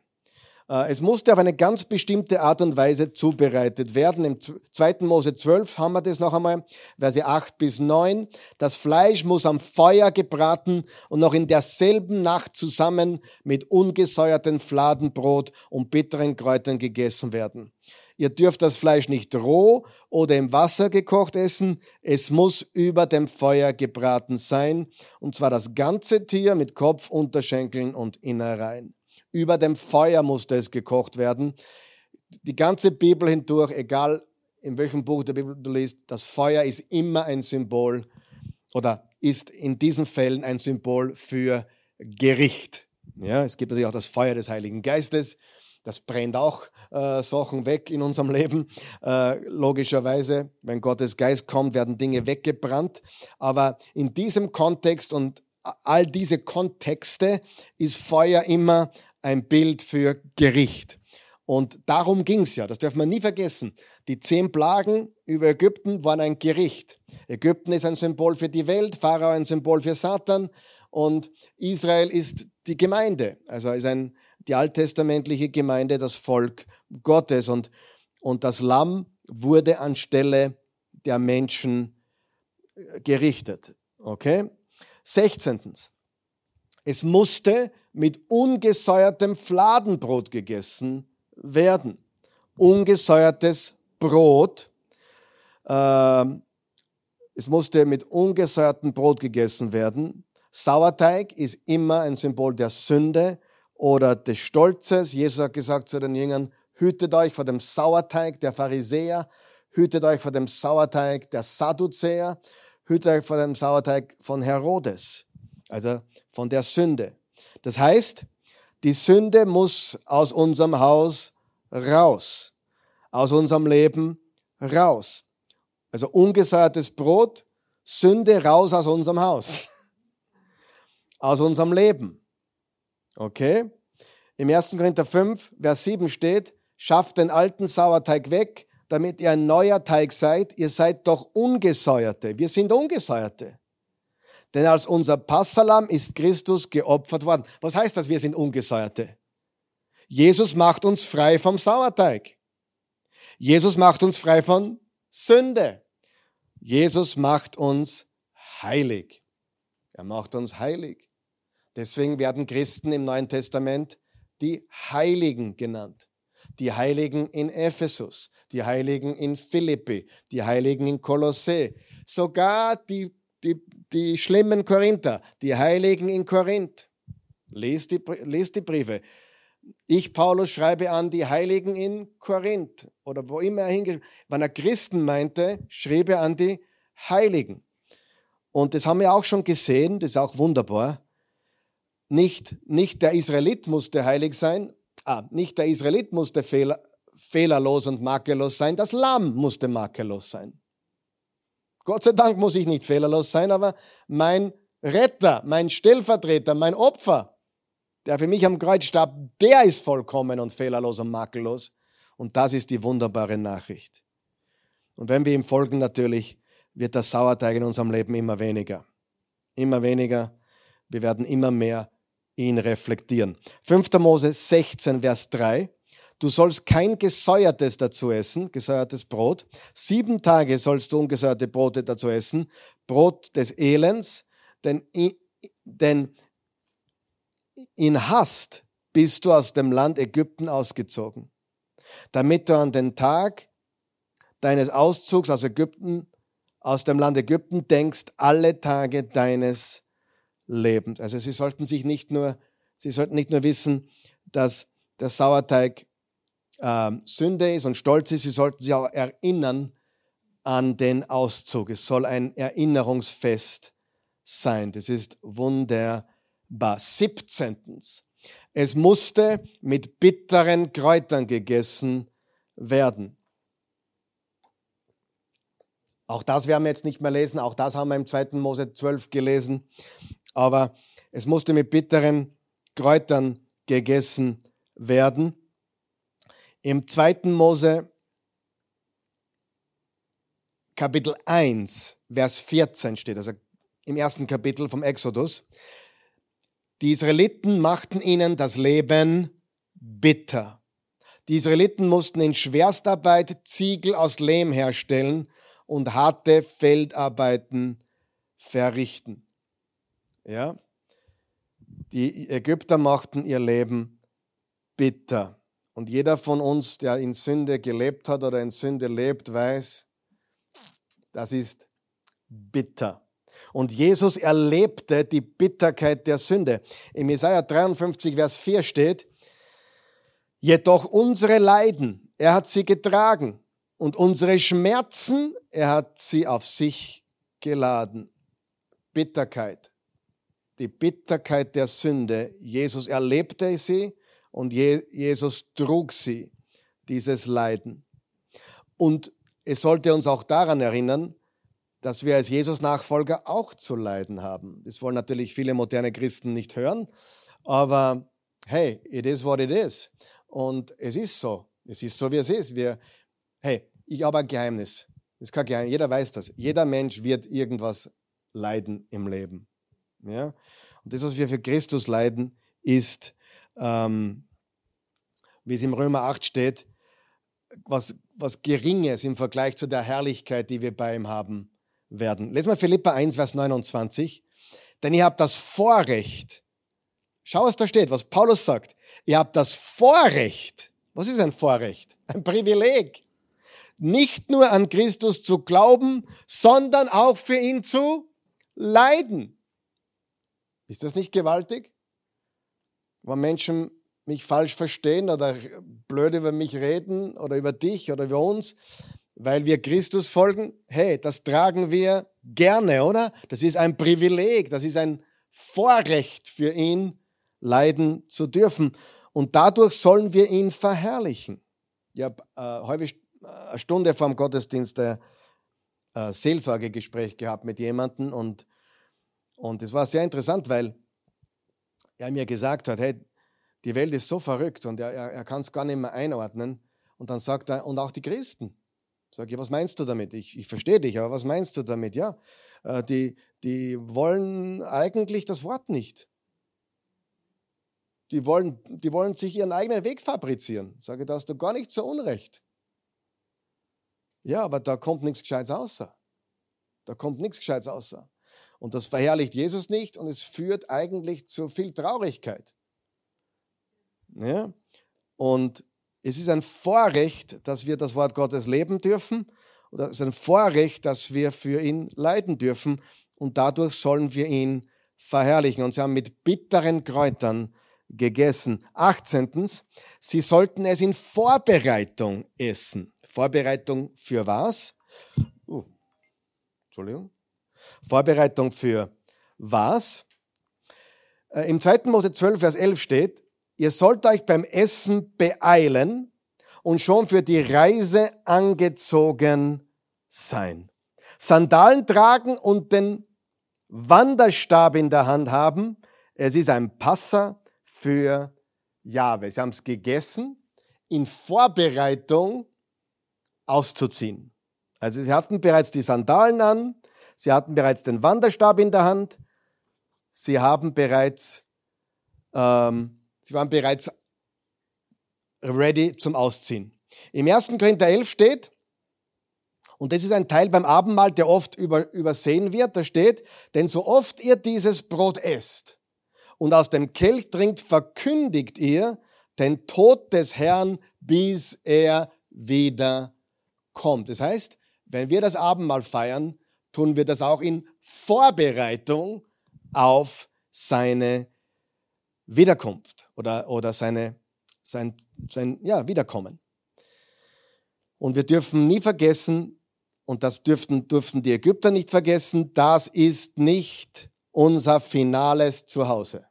Es musste auf eine ganz bestimmte Art und Weise zubereitet werden. Im zweiten Mose zwölf haben wir das noch einmal, Verse acht bis neun. Das Fleisch muss am Feuer gebraten und noch in derselben Nacht zusammen mit ungesäuertem Fladenbrot und bitteren Kräutern gegessen werden. Ihr dürft das Fleisch nicht roh oder im Wasser gekocht essen. Es muss über dem Feuer gebraten sein, und zwar das ganze Tier mit Kopf, Unterschenkeln und Innereien. Über dem Feuer musste es gekocht werden. Die ganze Bibel hindurch, egal in welchem Buch der Bibel du liest, das Feuer ist immer ein Symbol oder ist in diesen Fällen ein Symbol für Gericht. Ja, es gibt natürlich auch das Feuer des Heiligen Geistes. Das brennt auch äh, Sachen weg in unserem Leben. Äh, logischerweise, wenn Gottes Geist kommt, werden Dinge weggebrannt. Aber in diesem Kontext und all diese Kontexte ist Feuer immer ein Bild für Gericht. Und darum ging es ja, das darf man nie vergessen. Die zehn Plagen über Ägypten waren ein Gericht. Ägypten ist ein Symbol für die Welt, Pharao ein Symbol für Satan und Israel ist die Gemeinde, also ist ein, die alttestamentliche Gemeinde, das Volk Gottes. Und, und das Lamm wurde anstelle der Menschen gerichtet. Okay? sechzehntens. Es musste mit ungesäuertem Fladenbrot gegessen werden. Ungesäuertes Brot. Äh, es musste mit ungesäuertem Brot gegessen werden. Sauerteig ist immer ein Symbol der Sünde oder des Stolzes. Jesus hat gesagt zu den Jüngern: Hütet euch vor dem Sauerteig der Pharisäer, hütet euch vor dem Sauerteig der Sadduzäer, hütet euch vor dem Sauerteig von Herodes, also von der Sünde. Das heißt, die Sünde muss aus unserem Haus raus, aus unserem Leben raus. Also ungesäuertes Brot, Sünde raus aus unserem Haus, aus unserem Leben. Okay? Im ersten Korinther fünf, Vers sieben steht: Schafft den alten Sauerteig weg, damit ihr ein neuer Teig seid. Ihr seid doch Ungesäuerte. Wir sind Ungesäuerte. Denn als unser Passalamm ist Christus geopfert worden. Was heißt das, wir sind Ungesäuerte? Jesus macht uns frei vom Sauerteig. Jesus macht uns frei von Sünde. Jesus macht uns heilig. Er macht uns heilig. Deswegen werden Christen im Neuen Testament die Heiligen genannt. Die Heiligen in Ephesus, die Heiligen in Philippi, die Heiligen in Kolossä, sogar die Die, die schlimmen Korinther, die Heiligen in Korinth. Lest die, lest die Briefe. Ich, Paulus, schreibe an die Heiligen in Korinth oder wo immer er hingeschrieben hat. Wenn er Christen meinte, schrieb er an die Heiligen. Und das haben wir auch schon gesehen, das ist auch wunderbar. Nicht, nicht der Israelit musste heilig sein, ah, nicht der Israelit musste fehler, fehlerlos und makellos sein, das Lamm musste makellos sein. Gott sei Dank muss ich nicht fehlerlos sein, aber mein Retter, mein Stellvertreter, mein Opfer, der für mich am Kreuz starb, der ist vollkommen und fehlerlos und makellos. Und das ist die wunderbare Nachricht. Und wenn wir ihm folgen, natürlich wird der Sauerteig in unserem Leben immer weniger. Immer weniger. Wir werden immer mehr ihn reflektieren. fünfter Mose sechzehn, Vers drei. Du sollst kein gesäuertes dazu essen, gesäuertes Brot. Sieben Tage sollst du ungesäuerte Brote dazu essen, Brot des Elends, denn, denn in Hast bist du aus dem Land Ägypten ausgezogen, damit du an den Tag deines Auszugs aus Ägypten, aus dem Land Ägypten denkst, alle Tage deines Lebens. Also sie sollten sich nicht nur, sie sollten nicht nur wissen, dass der Sauerteig äh, Sünde ist und Stolz ist, sie sollten sich auch erinnern an den Auszug. Es soll ein Erinnerungsfest sein. Das ist wunderbar. siebzehntens. Es musste mit bitteren Kräutern gegessen werden. Auch das werden wir jetzt nicht mehr lesen, auch das haben wir im zweiten Mose zwölf gelesen. Aber es musste mit bitteren Kräutern gegessen werden. Im zweiten Mose Kapitel eins, Vers vierzehn steht, also im ersten Kapitel vom Exodus. Die Israeliten machten ihnen das Leben bitter. Die Israeliten mussten in Schwerstarbeit Ziegel aus Lehm herstellen und harte Feldarbeiten verrichten. Ja? Die Ägypter machten ihr Leben bitter. Und jeder von uns, der in Sünde gelebt hat oder in Sünde lebt, weiß, das ist bitter. Und Jesus erlebte die Bitterkeit der Sünde. Im Jesaja dreiundfünfzig, Vers vier steht, jedoch unsere Leiden, er hat sie getragen und unsere Schmerzen, er hat sie auf sich geladen. Bitterkeit, die Bitterkeit der Sünde, Jesus erlebte sie und Je- Jesus trug sie, dieses Leiden. Und es sollte uns auch daran erinnern, dass wir als Jesus-Nachfolger auch zu leiden haben. Das wollen natürlich viele moderne Christen nicht hören, aber hey, it is what it is. Und es ist so. Es ist so, wie es ist. Wir, hey, ich habe ein Geheimnis. Das ist kein Geheimnis. Jeder weiß das. Jeder Mensch wird irgendwas leiden im Leben. Ja? Und das, was wir für Christus leiden, ist, ähm, wie es im Römer acht steht, was, was Geringes im Vergleich zu der Herrlichkeit, die wir bei ihm haben werden. Lesen wir Philipper eins, Vers neunundzwanzig. Denn ihr habt das Vorrecht, schau, was da steht, was Paulus sagt. Ihr habt das Vorrecht, was ist ein Vorrecht? Ein Privileg, nicht nur an Christus zu glauben, sondern auch für ihn zu leiden. Ist das nicht gewaltig? Wenn Menschen mich falsch verstehen oder blöd über mich reden oder über dich oder über uns, weil wir Christus folgen, hey, das tragen wir gerne, oder? Das ist ein Privileg, das ist ein Vorrecht für ihn, leiden zu dürfen. Und dadurch sollen wir ihn verherrlichen. Ich habe äh, häufig eine Stunde vor dem Gottesdienst ein äh, Seelsorgegespräch gehabt mit jemandem und, und es war sehr interessant, weil er mir gesagt hat, hey, die Welt ist so verrückt und er, er, er kann es gar nicht mehr einordnen. Und dann sagt er, und auch die Christen. Sag ich, was meinst du damit? Ich, ich verstehe dich, aber was meinst du damit? Ja, äh, die, die wollen eigentlich das Wort nicht. Die wollen, die wollen sich ihren eigenen Weg fabrizieren. Sage, da hast du gar nicht so Unrecht. Ja, aber da kommt nichts Gescheites außer. Da kommt nichts Gescheites außer. Und das verherrlicht Jesus nicht und es führt eigentlich zu viel Traurigkeit. Ja? Und es ist ein Vorrecht, dass wir das Wort Gottes leben dürfen. Oder es ist ein Vorrecht, dass wir für ihn leiden dürfen. Und dadurch sollen wir ihn verherrlichen. Und sie haben mit bitteren Kräutern gegessen. achtzehntens. Sie sollten es in Vorbereitung essen. Vorbereitung für was? Uh, Entschuldigung. Vorbereitung für was? Äh, Im zweiten Mose zwölf, Vers elf steht, ihr sollt euch beim Essen beeilen und schon für die Reise angezogen sein. Sandalen tragen und den Wanderstab in der Hand haben. Es ist ein Passa für Jahwe. Sie haben es gegessen in Vorbereitung auszuziehen. Also sie hatten bereits die Sandalen an, sie hatten bereits den Wanderstab in der Hand, sie haben bereits ähm, sie waren bereits ready zum Ausziehen. Im ersten Korinther elf steht, und das ist ein Teil beim Abendmahl, der oft über, übersehen wird, da steht, denn so oft ihr dieses Brot esst und aus dem Kelch trinkt, verkündigt ihr den Tod des Herrn, bis er wieder kommt. Das heißt, wenn wir das Abendmahl feiern, tun wir das auch in Vorbereitung auf seine Wiederkunft oder, oder seine, sein, sein ja, Wiederkommen. Und wir dürfen nie vergessen, und das dürften, durften die Ägypter nicht vergessen, das ist nicht unser finales Zuhause.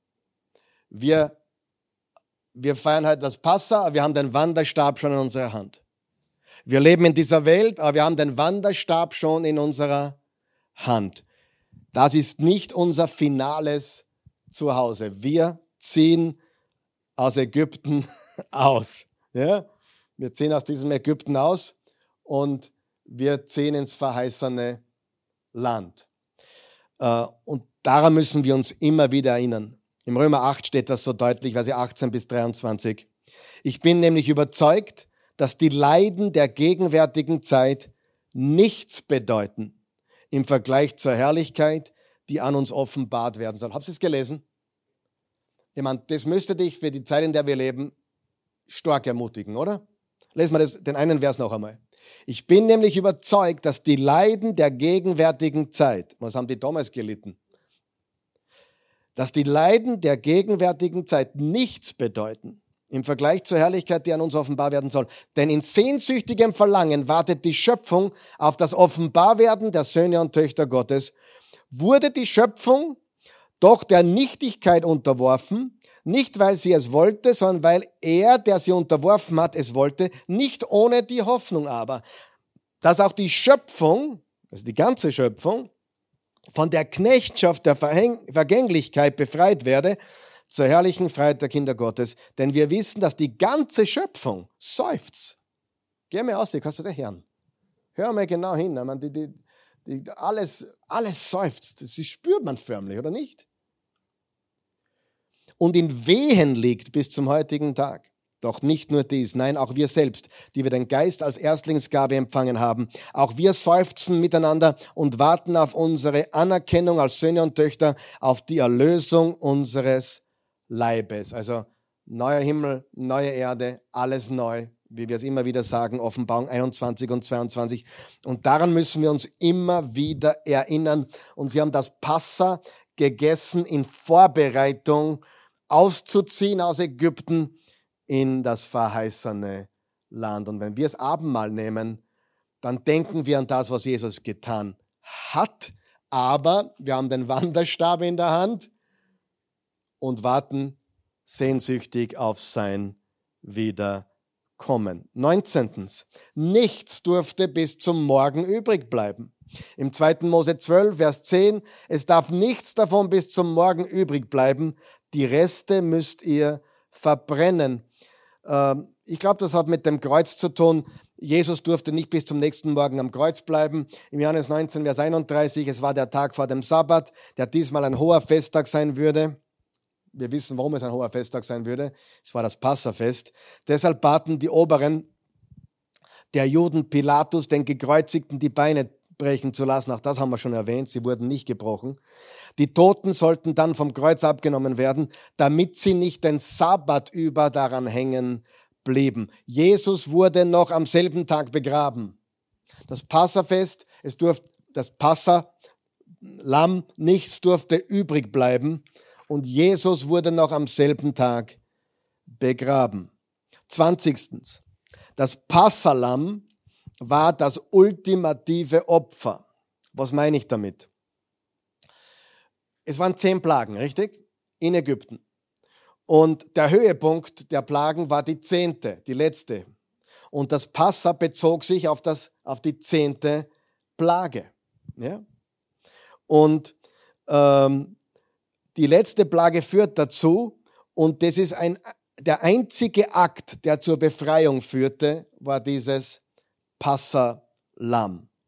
Wir, wir feiern heute das Passa, aber wir haben den Wanderstab schon in unserer Hand. Wir leben in dieser Welt, aber wir haben den Wanderstab schon in unserer Hand. Das ist nicht unser finales Zuhause. Wir ziehen aus Ägypten aus. Ja? Wir ziehen aus diesem Ägypten aus und wir ziehen ins verheißene Land. Und daran müssen wir uns immer wieder erinnern. Im Römer acht steht das so deutlich, Verse achtzehn bis dreiundzwanzig. Ich bin nämlich überzeugt, dass die Leiden der gegenwärtigen Zeit nichts bedeuten im Vergleich zur Herrlichkeit, die an uns offenbart werden soll. Habt ihr es gelesen? Ich meine, das müsste dich für die Zeit, in der wir leben, stark ermutigen, oder? Lesen wir das, den einen Vers noch einmal. Ich bin nämlich überzeugt, dass die Leiden der gegenwärtigen Zeit, was haben die damals gelitten? Dass die Leiden der gegenwärtigen Zeit nichts bedeuten im Vergleich zur Herrlichkeit, die an uns offenbar werden soll. Denn in sehnsüchtigem Verlangen wartet die Schöpfung auf das Offenbarwerden der Söhne und Töchter Gottes. Wurde die Schöpfung doch der Nichtigkeit unterworfen, nicht weil sie es wollte, sondern weil er, der sie unterworfen hat, es wollte, nicht ohne die Hoffnung aber, dass auch die Schöpfung, also die ganze Schöpfung, von der Knechtschaft der Vergänglichkeit befreit werde, zur herrlichen Freiheit der Kinder Gottes. Denn wir wissen, dass die ganze Schöpfung seufzt. Geh mir aus, die kannst du dir hören. Hör mal genau hin. Ich meine, die, die, die, alles, alles seufzt. Das spürt man förmlich, oder nicht? Und in Wehen liegt bis zum heutigen Tag. Doch nicht nur dies, nein, auch wir selbst, die wir den Geist als Erstlingsgabe empfangen haben. Auch wir seufzen miteinander und warten auf unsere Anerkennung als Söhne und Töchter, auf die Erlösung unseres Leibes. Also neuer Himmel, neue Erde, alles neu, wie wir es immer wieder sagen, Offenbarung einundzwanzig und zweiundzwanzig. Und daran müssen wir uns immer wieder erinnern. Und sie haben das Passa gegessen in Vorbereitung, auszuziehen aus Ägypten in das verheißene Land. Und wenn wir das Abendmahl nehmen, dann denken wir an das, was Jesus getan hat. Aber wir haben den Wanderstab in der Hand und warten sehnsüchtig auf sein Wiederkommen. Neunzehntens. Nichts durfte bis zum Morgen übrig bleiben. Im zweiten Mose zwölf, Vers zehn, es darf nichts davon bis zum Morgen übrig bleiben. Die Reste müsst ihr verbrennen. Ähm, ich glaube, das hat mit dem Kreuz zu tun. Jesus durfte nicht bis zum nächsten Morgen am Kreuz bleiben. Im Johannes neunzehn, Vers einunddreißig, es war der Tag vor dem Sabbat, der diesmal ein hoher Festtag sein würde. Wir wissen, warum es ein hoher Festtag sein würde. Es war das Passafest. Deshalb baten die Oberen der Juden Pilatus, den Gekreuzigten die Beine brechen zu lassen. Auch das haben wir schon erwähnt. Sie wurden nicht gebrochen. Die Toten sollten dann vom Kreuz abgenommen werden, damit sie nicht den Sabbat über daran hängen blieben. Jesus wurde noch am selben Tag begraben. Das Passafest, es durfte, das Passalamm, nichts durfte übrig bleiben. Und Jesus wurde noch am selben Tag begraben. Zwanzigstens. Das Passalam war das ultimative Opfer. Was meine ich damit? Es waren zehn Plagen, richtig? In Ägypten. Und der Höhepunkt der Plagen war die zehnte, die letzte. Und das Passa bezog sich auf, das, auf die zehnte Plage. Ja? Und ähm, die letzte Plage führt dazu, und das ist ein, der einzige Akt, der zur Befreiung führte, war dieses Passalam.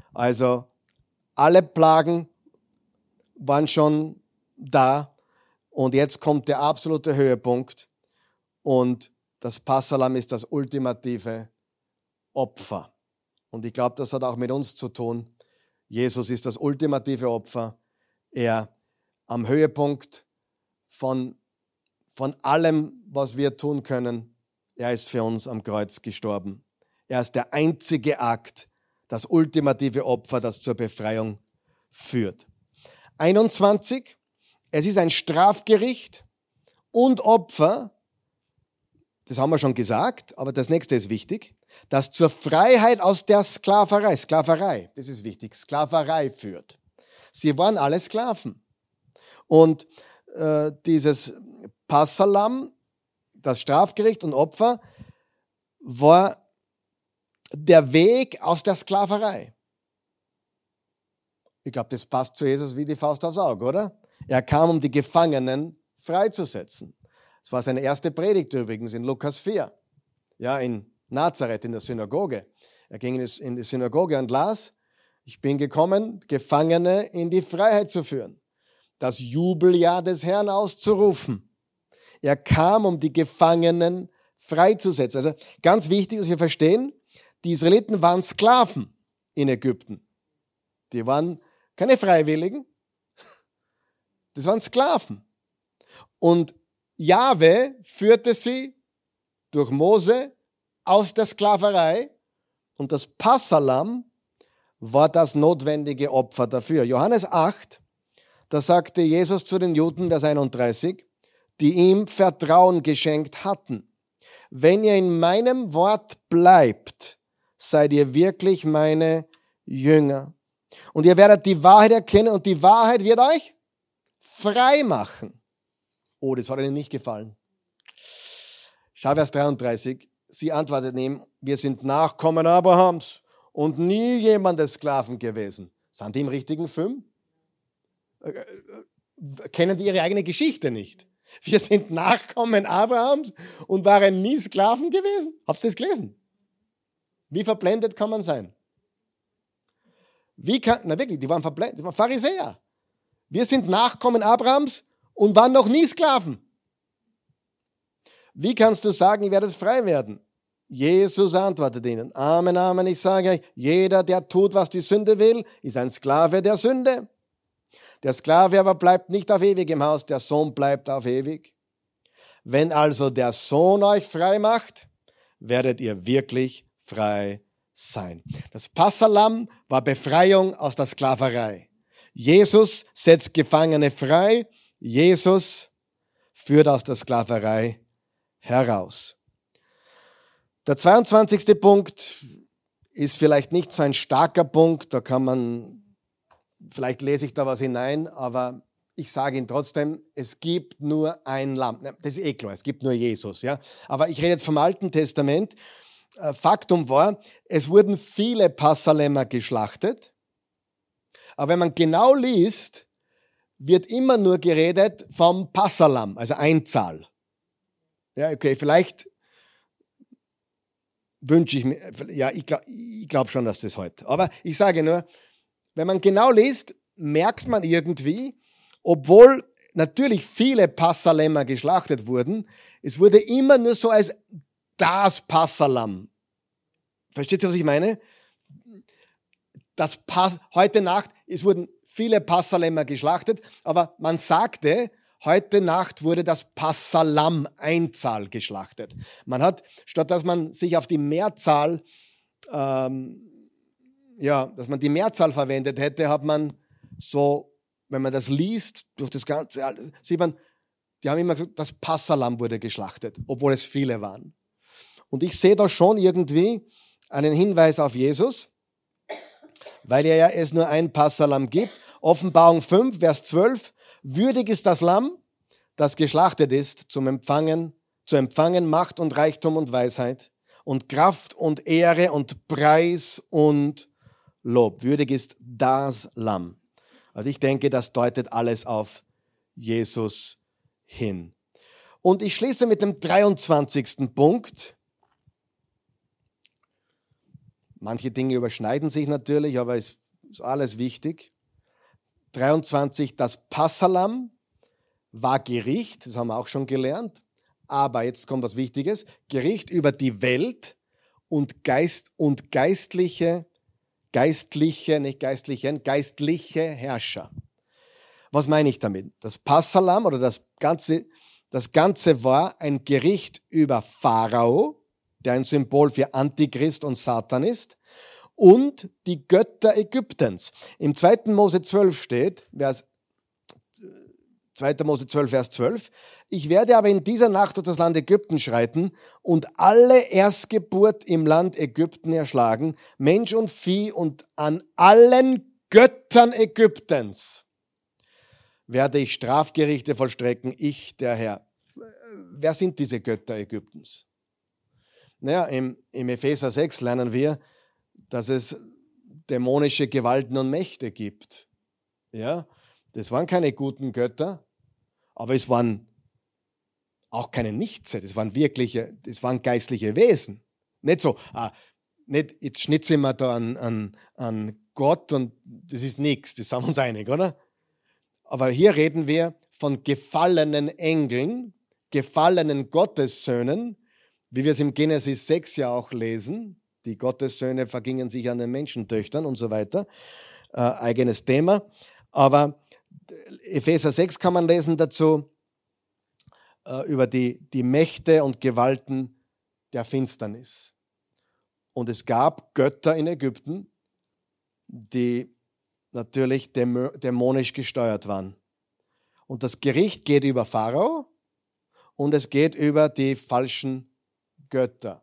Also alle Plagen waren schon da Und jetzt kommt der absolute Höhepunkt. Und das Passalam ist das ultimative Opfer. Und ich glaube, das hat auch mit uns zu tun. Jesus ist das ultimative Opfer. Er am Höhepunkt von, von allem, was wir tun können, er ist für uns am Kreuz gestorben. Er ist der einzige Akt, das ultimative Opfer, das zur Befreiung führt. einundzwanzig. Es ist ein Strafgericht und Opfer, das haben wir schon gesagt, aber das nächste ist wichtig, das zur Freiheit aus der Sklaverei, Sklaverei, das ist wichtig, Sklaverei führt. Sie waren alle Sklaven. Und äh, dieses Passalam, das Strafgericht und Opfer, war der Weg aus der Sklaverei. Ich glaube, das passt zu Jesus wie die Faust aufs Auge, oder? Er kam, um die Gefangenen freizusetzen. Das war seine erste Predigt übrigens in Lukas vier, ja, in Nazareth, in der Synagoge. Er ging in die Synagoge und las, ich bin gekommen, Gefangene in die Freiheit zu führen, das Jubeljahr des Herrn auszurufen. Er kam, um die Gefangenen freizusetzen. Also ganz wichtig, dass wir verstehen, die Israeliten waren Sklaven in Ägypten. Die waren keine Freiwilligen, das waren Sklaven. Und Jahwe führte sie durch Mose aus der Sklaverei und das Passalam war das notwendige Opfer dafür. Johannes acht, da sagte Jesus zu den Juden, Vers einunddreißig, die ihm Vertrauen geschenkt hatten. Wenn ihr in meinem Wort bleibt, seid ihr wirklich meine Jünger. Und ihr werdet die Wahrheit erkennen und die Wahrheit wird euch frei machen. Oh, das hat ihnen nicht gefallen. Schau Vers dreiunddreißig. Sie antworteten ihm, wir sind Nachkommen Abrahams und nie jemandes Sklaven gewesen. Sind die im richtigen Film? Äh, äh, kennen die ihre eigene Geschichte nicht? Wir sind Nachkommen Abrahams und waren nie Sklaven gewesen. Habt ihr das gelesen? Wie verblendet kann man sein? Wie kann, na wirklich, die waren verblendet, die waren Pharisäer. Wir sind Nachkommen Abrahams und waren noch nie Sklaven. Wie kannst du sagen, ihr werdet frei werden? Jesus antwortet ihnen, Amen, Amen, ich sage euch, jeder, der tut, was die Sünde will, ist ein Sklave der Sünde. Der Sklave aber bleibt nicht auf ewig im Haus, der Sohn bleibt auf ewig. Wenn also der Sohn euch frei macht, werdet ihr wirklich frei sein. Das Passalam war Befreiung aus der Sklaverei. Jesus setzt Gefangene frei. Jesus führt aus der Sklaverei heraus. Der zweiundzwanzigste Punkt ist vielleicht nicht so ein starker Punkt, da kann man, vielleicht lese ich da was hinein, aber ich sage ihn trotzdem, es gibt nur ein Lamm. Das ist eh klar, es gibt nur Jesus. Ja? Aber ich rede jetzt vom Alten Testament. Faktum war, es wurden viele Passalämmer geschlachtet, aber wenn man genau liest, wird immer nur geredet vom Passalam, also Einzahl. Ja, okay, vielleicht wünsche ich mir, ja, ich glaube ich glaub schon, dass das heute. Aber ich sage nur, wenn man genau liest, merkt man irgendwie, obwohl natürlich viele Passalämmer geschlachtet wurden, es wurde immer nur so als das Passalam. Versteht ihr, was ich meine? Das Pass, heute Nacht, es wurden viele Passalämmer geschlachtet, aber man sagte, heute Nacht wurde das Passalam Einzahl geschlachtet. Man hat, statt dass man sich auf die Mehrzahl, ähm, ja, dass man die Mehrzahl verwendet hätte, hat man so, wenn man das liest, durch das Ganze, sieht man, die haben immer gesagt, das Passalam wurde geschlachtet, obwohl es viele waren. Und ich sehe da schon irgendwie einen Hinweis auf Jesus, weil er ja es nur ein Passalam gibt. Offenbarung fünf, Vers zwölf. Würdig ist das Lamm, das geschlachtet ist, zum Empfangen, zu empfangen Macht und Reichtum und Weisheit und Kraft und Ehre und Preis und Lob. Würdig ist das Lamm. Also ich denke, das deutet alles auf Jesus hin. Und ich schließe mit dem dreiundzwanzigsten Punkt. Manche Dinge überschneiden sich natürlich, aber es ist alles wichtig. dreiundzwanzig, das Passalam war Gericht, das haben wir auch schon gelernt. Aber jetzt kommt was Wichtiges. Gericht über die Welt und Geist und geistliche, geistliche, nicht geistlichen, geistliche Herrscher. Was meine ich damit? Das Passalam oder das Ganze, das Ganze war ein Gericht über Pharao, der ein Symbol für Antichrist und Satan ist, und die Götter Ägyptens. Im zweiten Mose zwölf steht, Vers zweiter Mose zwölf, Vers zwölf. Ich werde aber in dieser Nacht durch das Land Ägypten schreiten und alle Erstgeburt im Land Ägypten erschlagen, Mensch und Vieh, und an allen Göttern Ägyptens werde ich Strafgerichte vollstrecken, ich, der Herr. Wer sind diese Götter Ägyptens? Naja, im, im Epheser sechs lernen wir, dass es dämonische Gewalten und Mächte gibt. Ja, das waren keine guten Götter, aber es waren auch keine Nichtse, das waren wirkliche, das waren geistliche Wesen. Nicht so, ah, nicht, jetzt schnitzen wir da an, an, an Gott und das ist nichts, das sind wir uns einig, oder? Aber hier reden wir von gefallenen Engeln, gefallenen Gottessöhnen, wie wir es im Genesis sechs ja auch lesen. Die Gottessöhne vergingen sich an den Menschentöchtern und so weiter. Äh, eigenes Thema. Aber Epheser sechs kann man lesen dazu, äh, über die, die Mächte und Gewalten der Finsternis. Und es gab Götter in Ägypten, die natürlich dämonisch gesteuert waren. Und das Gericht geht über Pharao und es geht über die falschen Götter.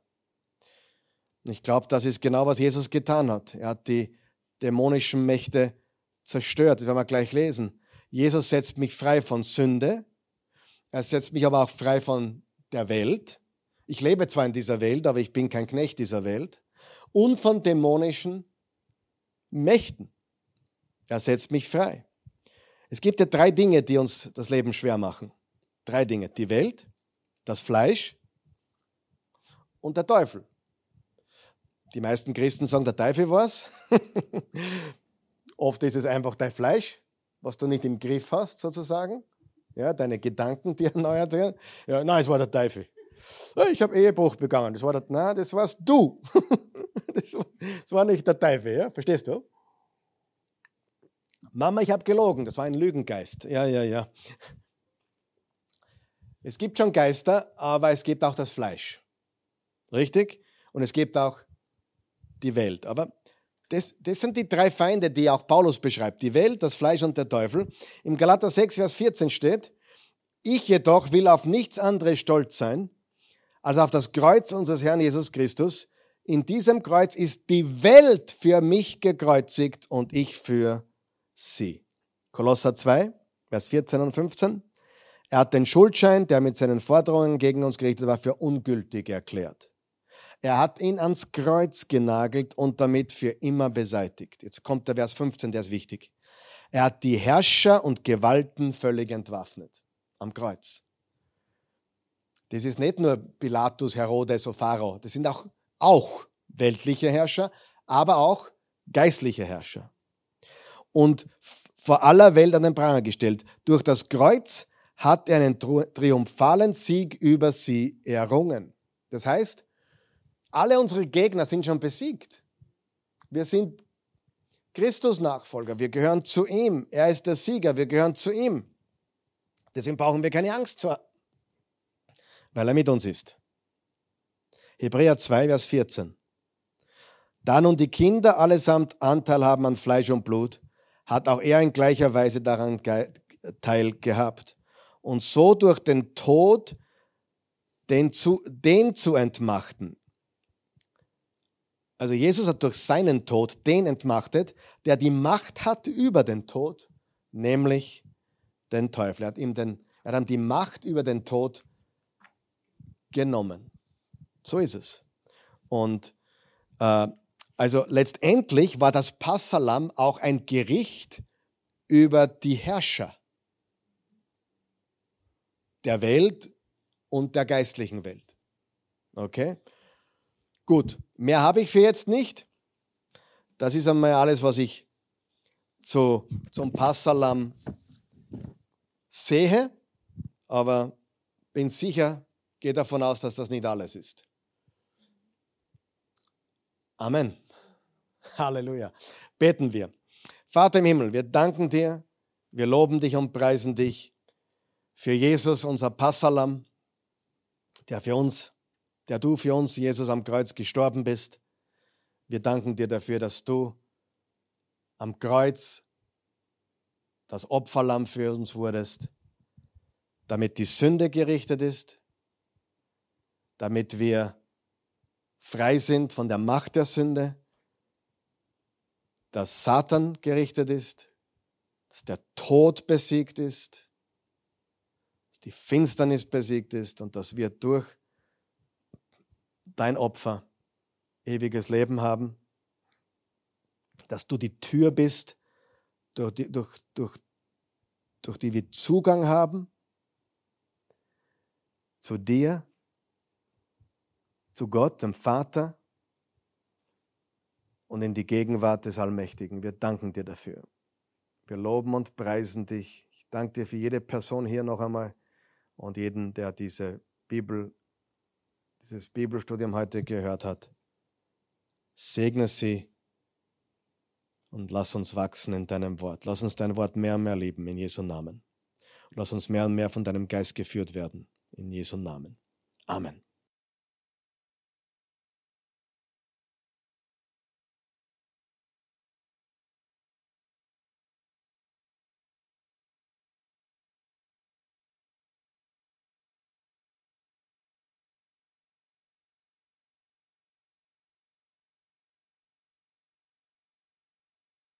Ich glaube, das ist genau, was Jesus getan hat. Er hat die dämonischen Mächte zerstört. Das werden wir gleich lesen. Jesus setzt mich frei von Sünde. Er setzt mich aber auch frei von der Welt. Ich lebe zwar in dieser Welt, aber ich bin kein Knecht dieser Welt. Und von dämonischen Mächten. Er setzt mich frei. Es gibt ja drei Dinge, die uns das Leben schwer machen. Drei Dinge. Die Welt, das Fleisch und der Teufel. Die meisten Christen sagen, der Teufel war's. Oft ist es einfach dein Fleisch, was du nicht im Griff hast, sozusagen. Ja, deine Gedanken, die erneuert werden. Ja, nein, es war der Teufel. Ich habe Ehebruch begangen. Das war der, nein, das warst du. Das war, das war nicht der Teufel, ja? Verstehst du? Mama, ich habe gelogen. Das war ein Lügengeist. Ja, ja, ja. Es gibt schon Geister, aber es gibt auch das Fleisch. Richtig? Und es gibt auch die Welt. Aber das, das sind die drei Feinde, die auch Paulus beschreibt. Die Welt, das Fleisch und der Teufel. Im Galater sechs, Vers vierzehn steht, ich jedoch will auf nichts anderes stolz sein, als auf das Kreuz unseres Herrn Jesus Christus. In diesem Kreuz ist die Welt für mich gekreuzigt und ich für sie. Kolosser zwei, Vers vierzehn und fünfzehn. Er hat den Schuldschein, der mit seinen Forderungen gegen uns gerichtet war, für ungültig erklärt. Er hat ihn ans Kreuz genagelt und damit für immer beseitigt. Jetzt kommt der Vers fünfzehn, der ist wichtig. Er hat die Herrscher und Gewalten völlig entwaffnet. Am Kreuz. Das ist nicht nur Pilatus, Herodes oder Pharao. Das sind auch, auch weltliche Herrscher, aber auch geistliche Herrscher. Und vor aller Welt an den Pranger gestellt. Durch das Kreuz hat er einen triumphalen Sieg über sie errungen. Das heißt, alle unsere Gegner sind schon besiegt. Wir sind Christus-Nachfolger. Wir gehören zu ihm. Er ist der Sieger. Wir gehören zu ihm. Deswegen brauchen wir keine Angst zu haben, weil er mit uns ist. Hebräer zwei, Vers vierzehn. Da nun die Kinder allesamt Anteil haben an Fleisch und Blut, hat auch er in gleicher Weise daran Teil gehabt. Und so durch den Tod den zu, den zu entmachten. Also Jesus hat durch seinen Tod den entmachtet, der die Macht hat über den Tod, nämlich den Teufel. Er hat ihm den, er hat ihm die Macht über den Tod genommen. So ist es. Und äh, also letztendlich war das Passalam auch ein Gericht über die Herrscher der Welt und der geistlichen Welt. Okay? Gut, mehr habe ich für jetzt nicht. Das ist einmal alles, was ich zu, zum Passalam sehe. aber bin sicher, gehe davon aus, dass das nicht alles ist. Amen. Halleluja. Beten wir. Vater im Himmel, wir danken dir, wir loben dich und preisen dich für Jesus, unser Passalam, der für uns, der du für uns, Jesus, am Kreuz gestorben bist. Wir danken dir dafür, dass du am Kreuz das Opferlamm für uns wurdest, damit die Sünde gerichtet ist, damit wir frei sind von der Macht der Sünde, dass Satan gerichtet ist, dass der Tod besiegt ist, dass die Finsternis besiegt ist und dass wir durch dein Opfer ewiges Leben haben, dass du die Tür bist, durch die, durch, durch, durch die wir Zugang haben zu dir, zu Gott, dem Vater und in die Gegenwart des Allmächtigen. Wir danken dir dafür. Wir loben und preisen dich. Ich danke dir für jede Person hier noch einmal und jeden, der diese Bibel, dieses Bibelstudium heute gehört hat. Segne sie und lass uns wachsen in deinem Wort. Lass uns dein Wort mehr und mehr lieben in Jesu Namen. Lass uns mehr und mehr von deinem Geist geführt werden in Jesu Namen. Amen.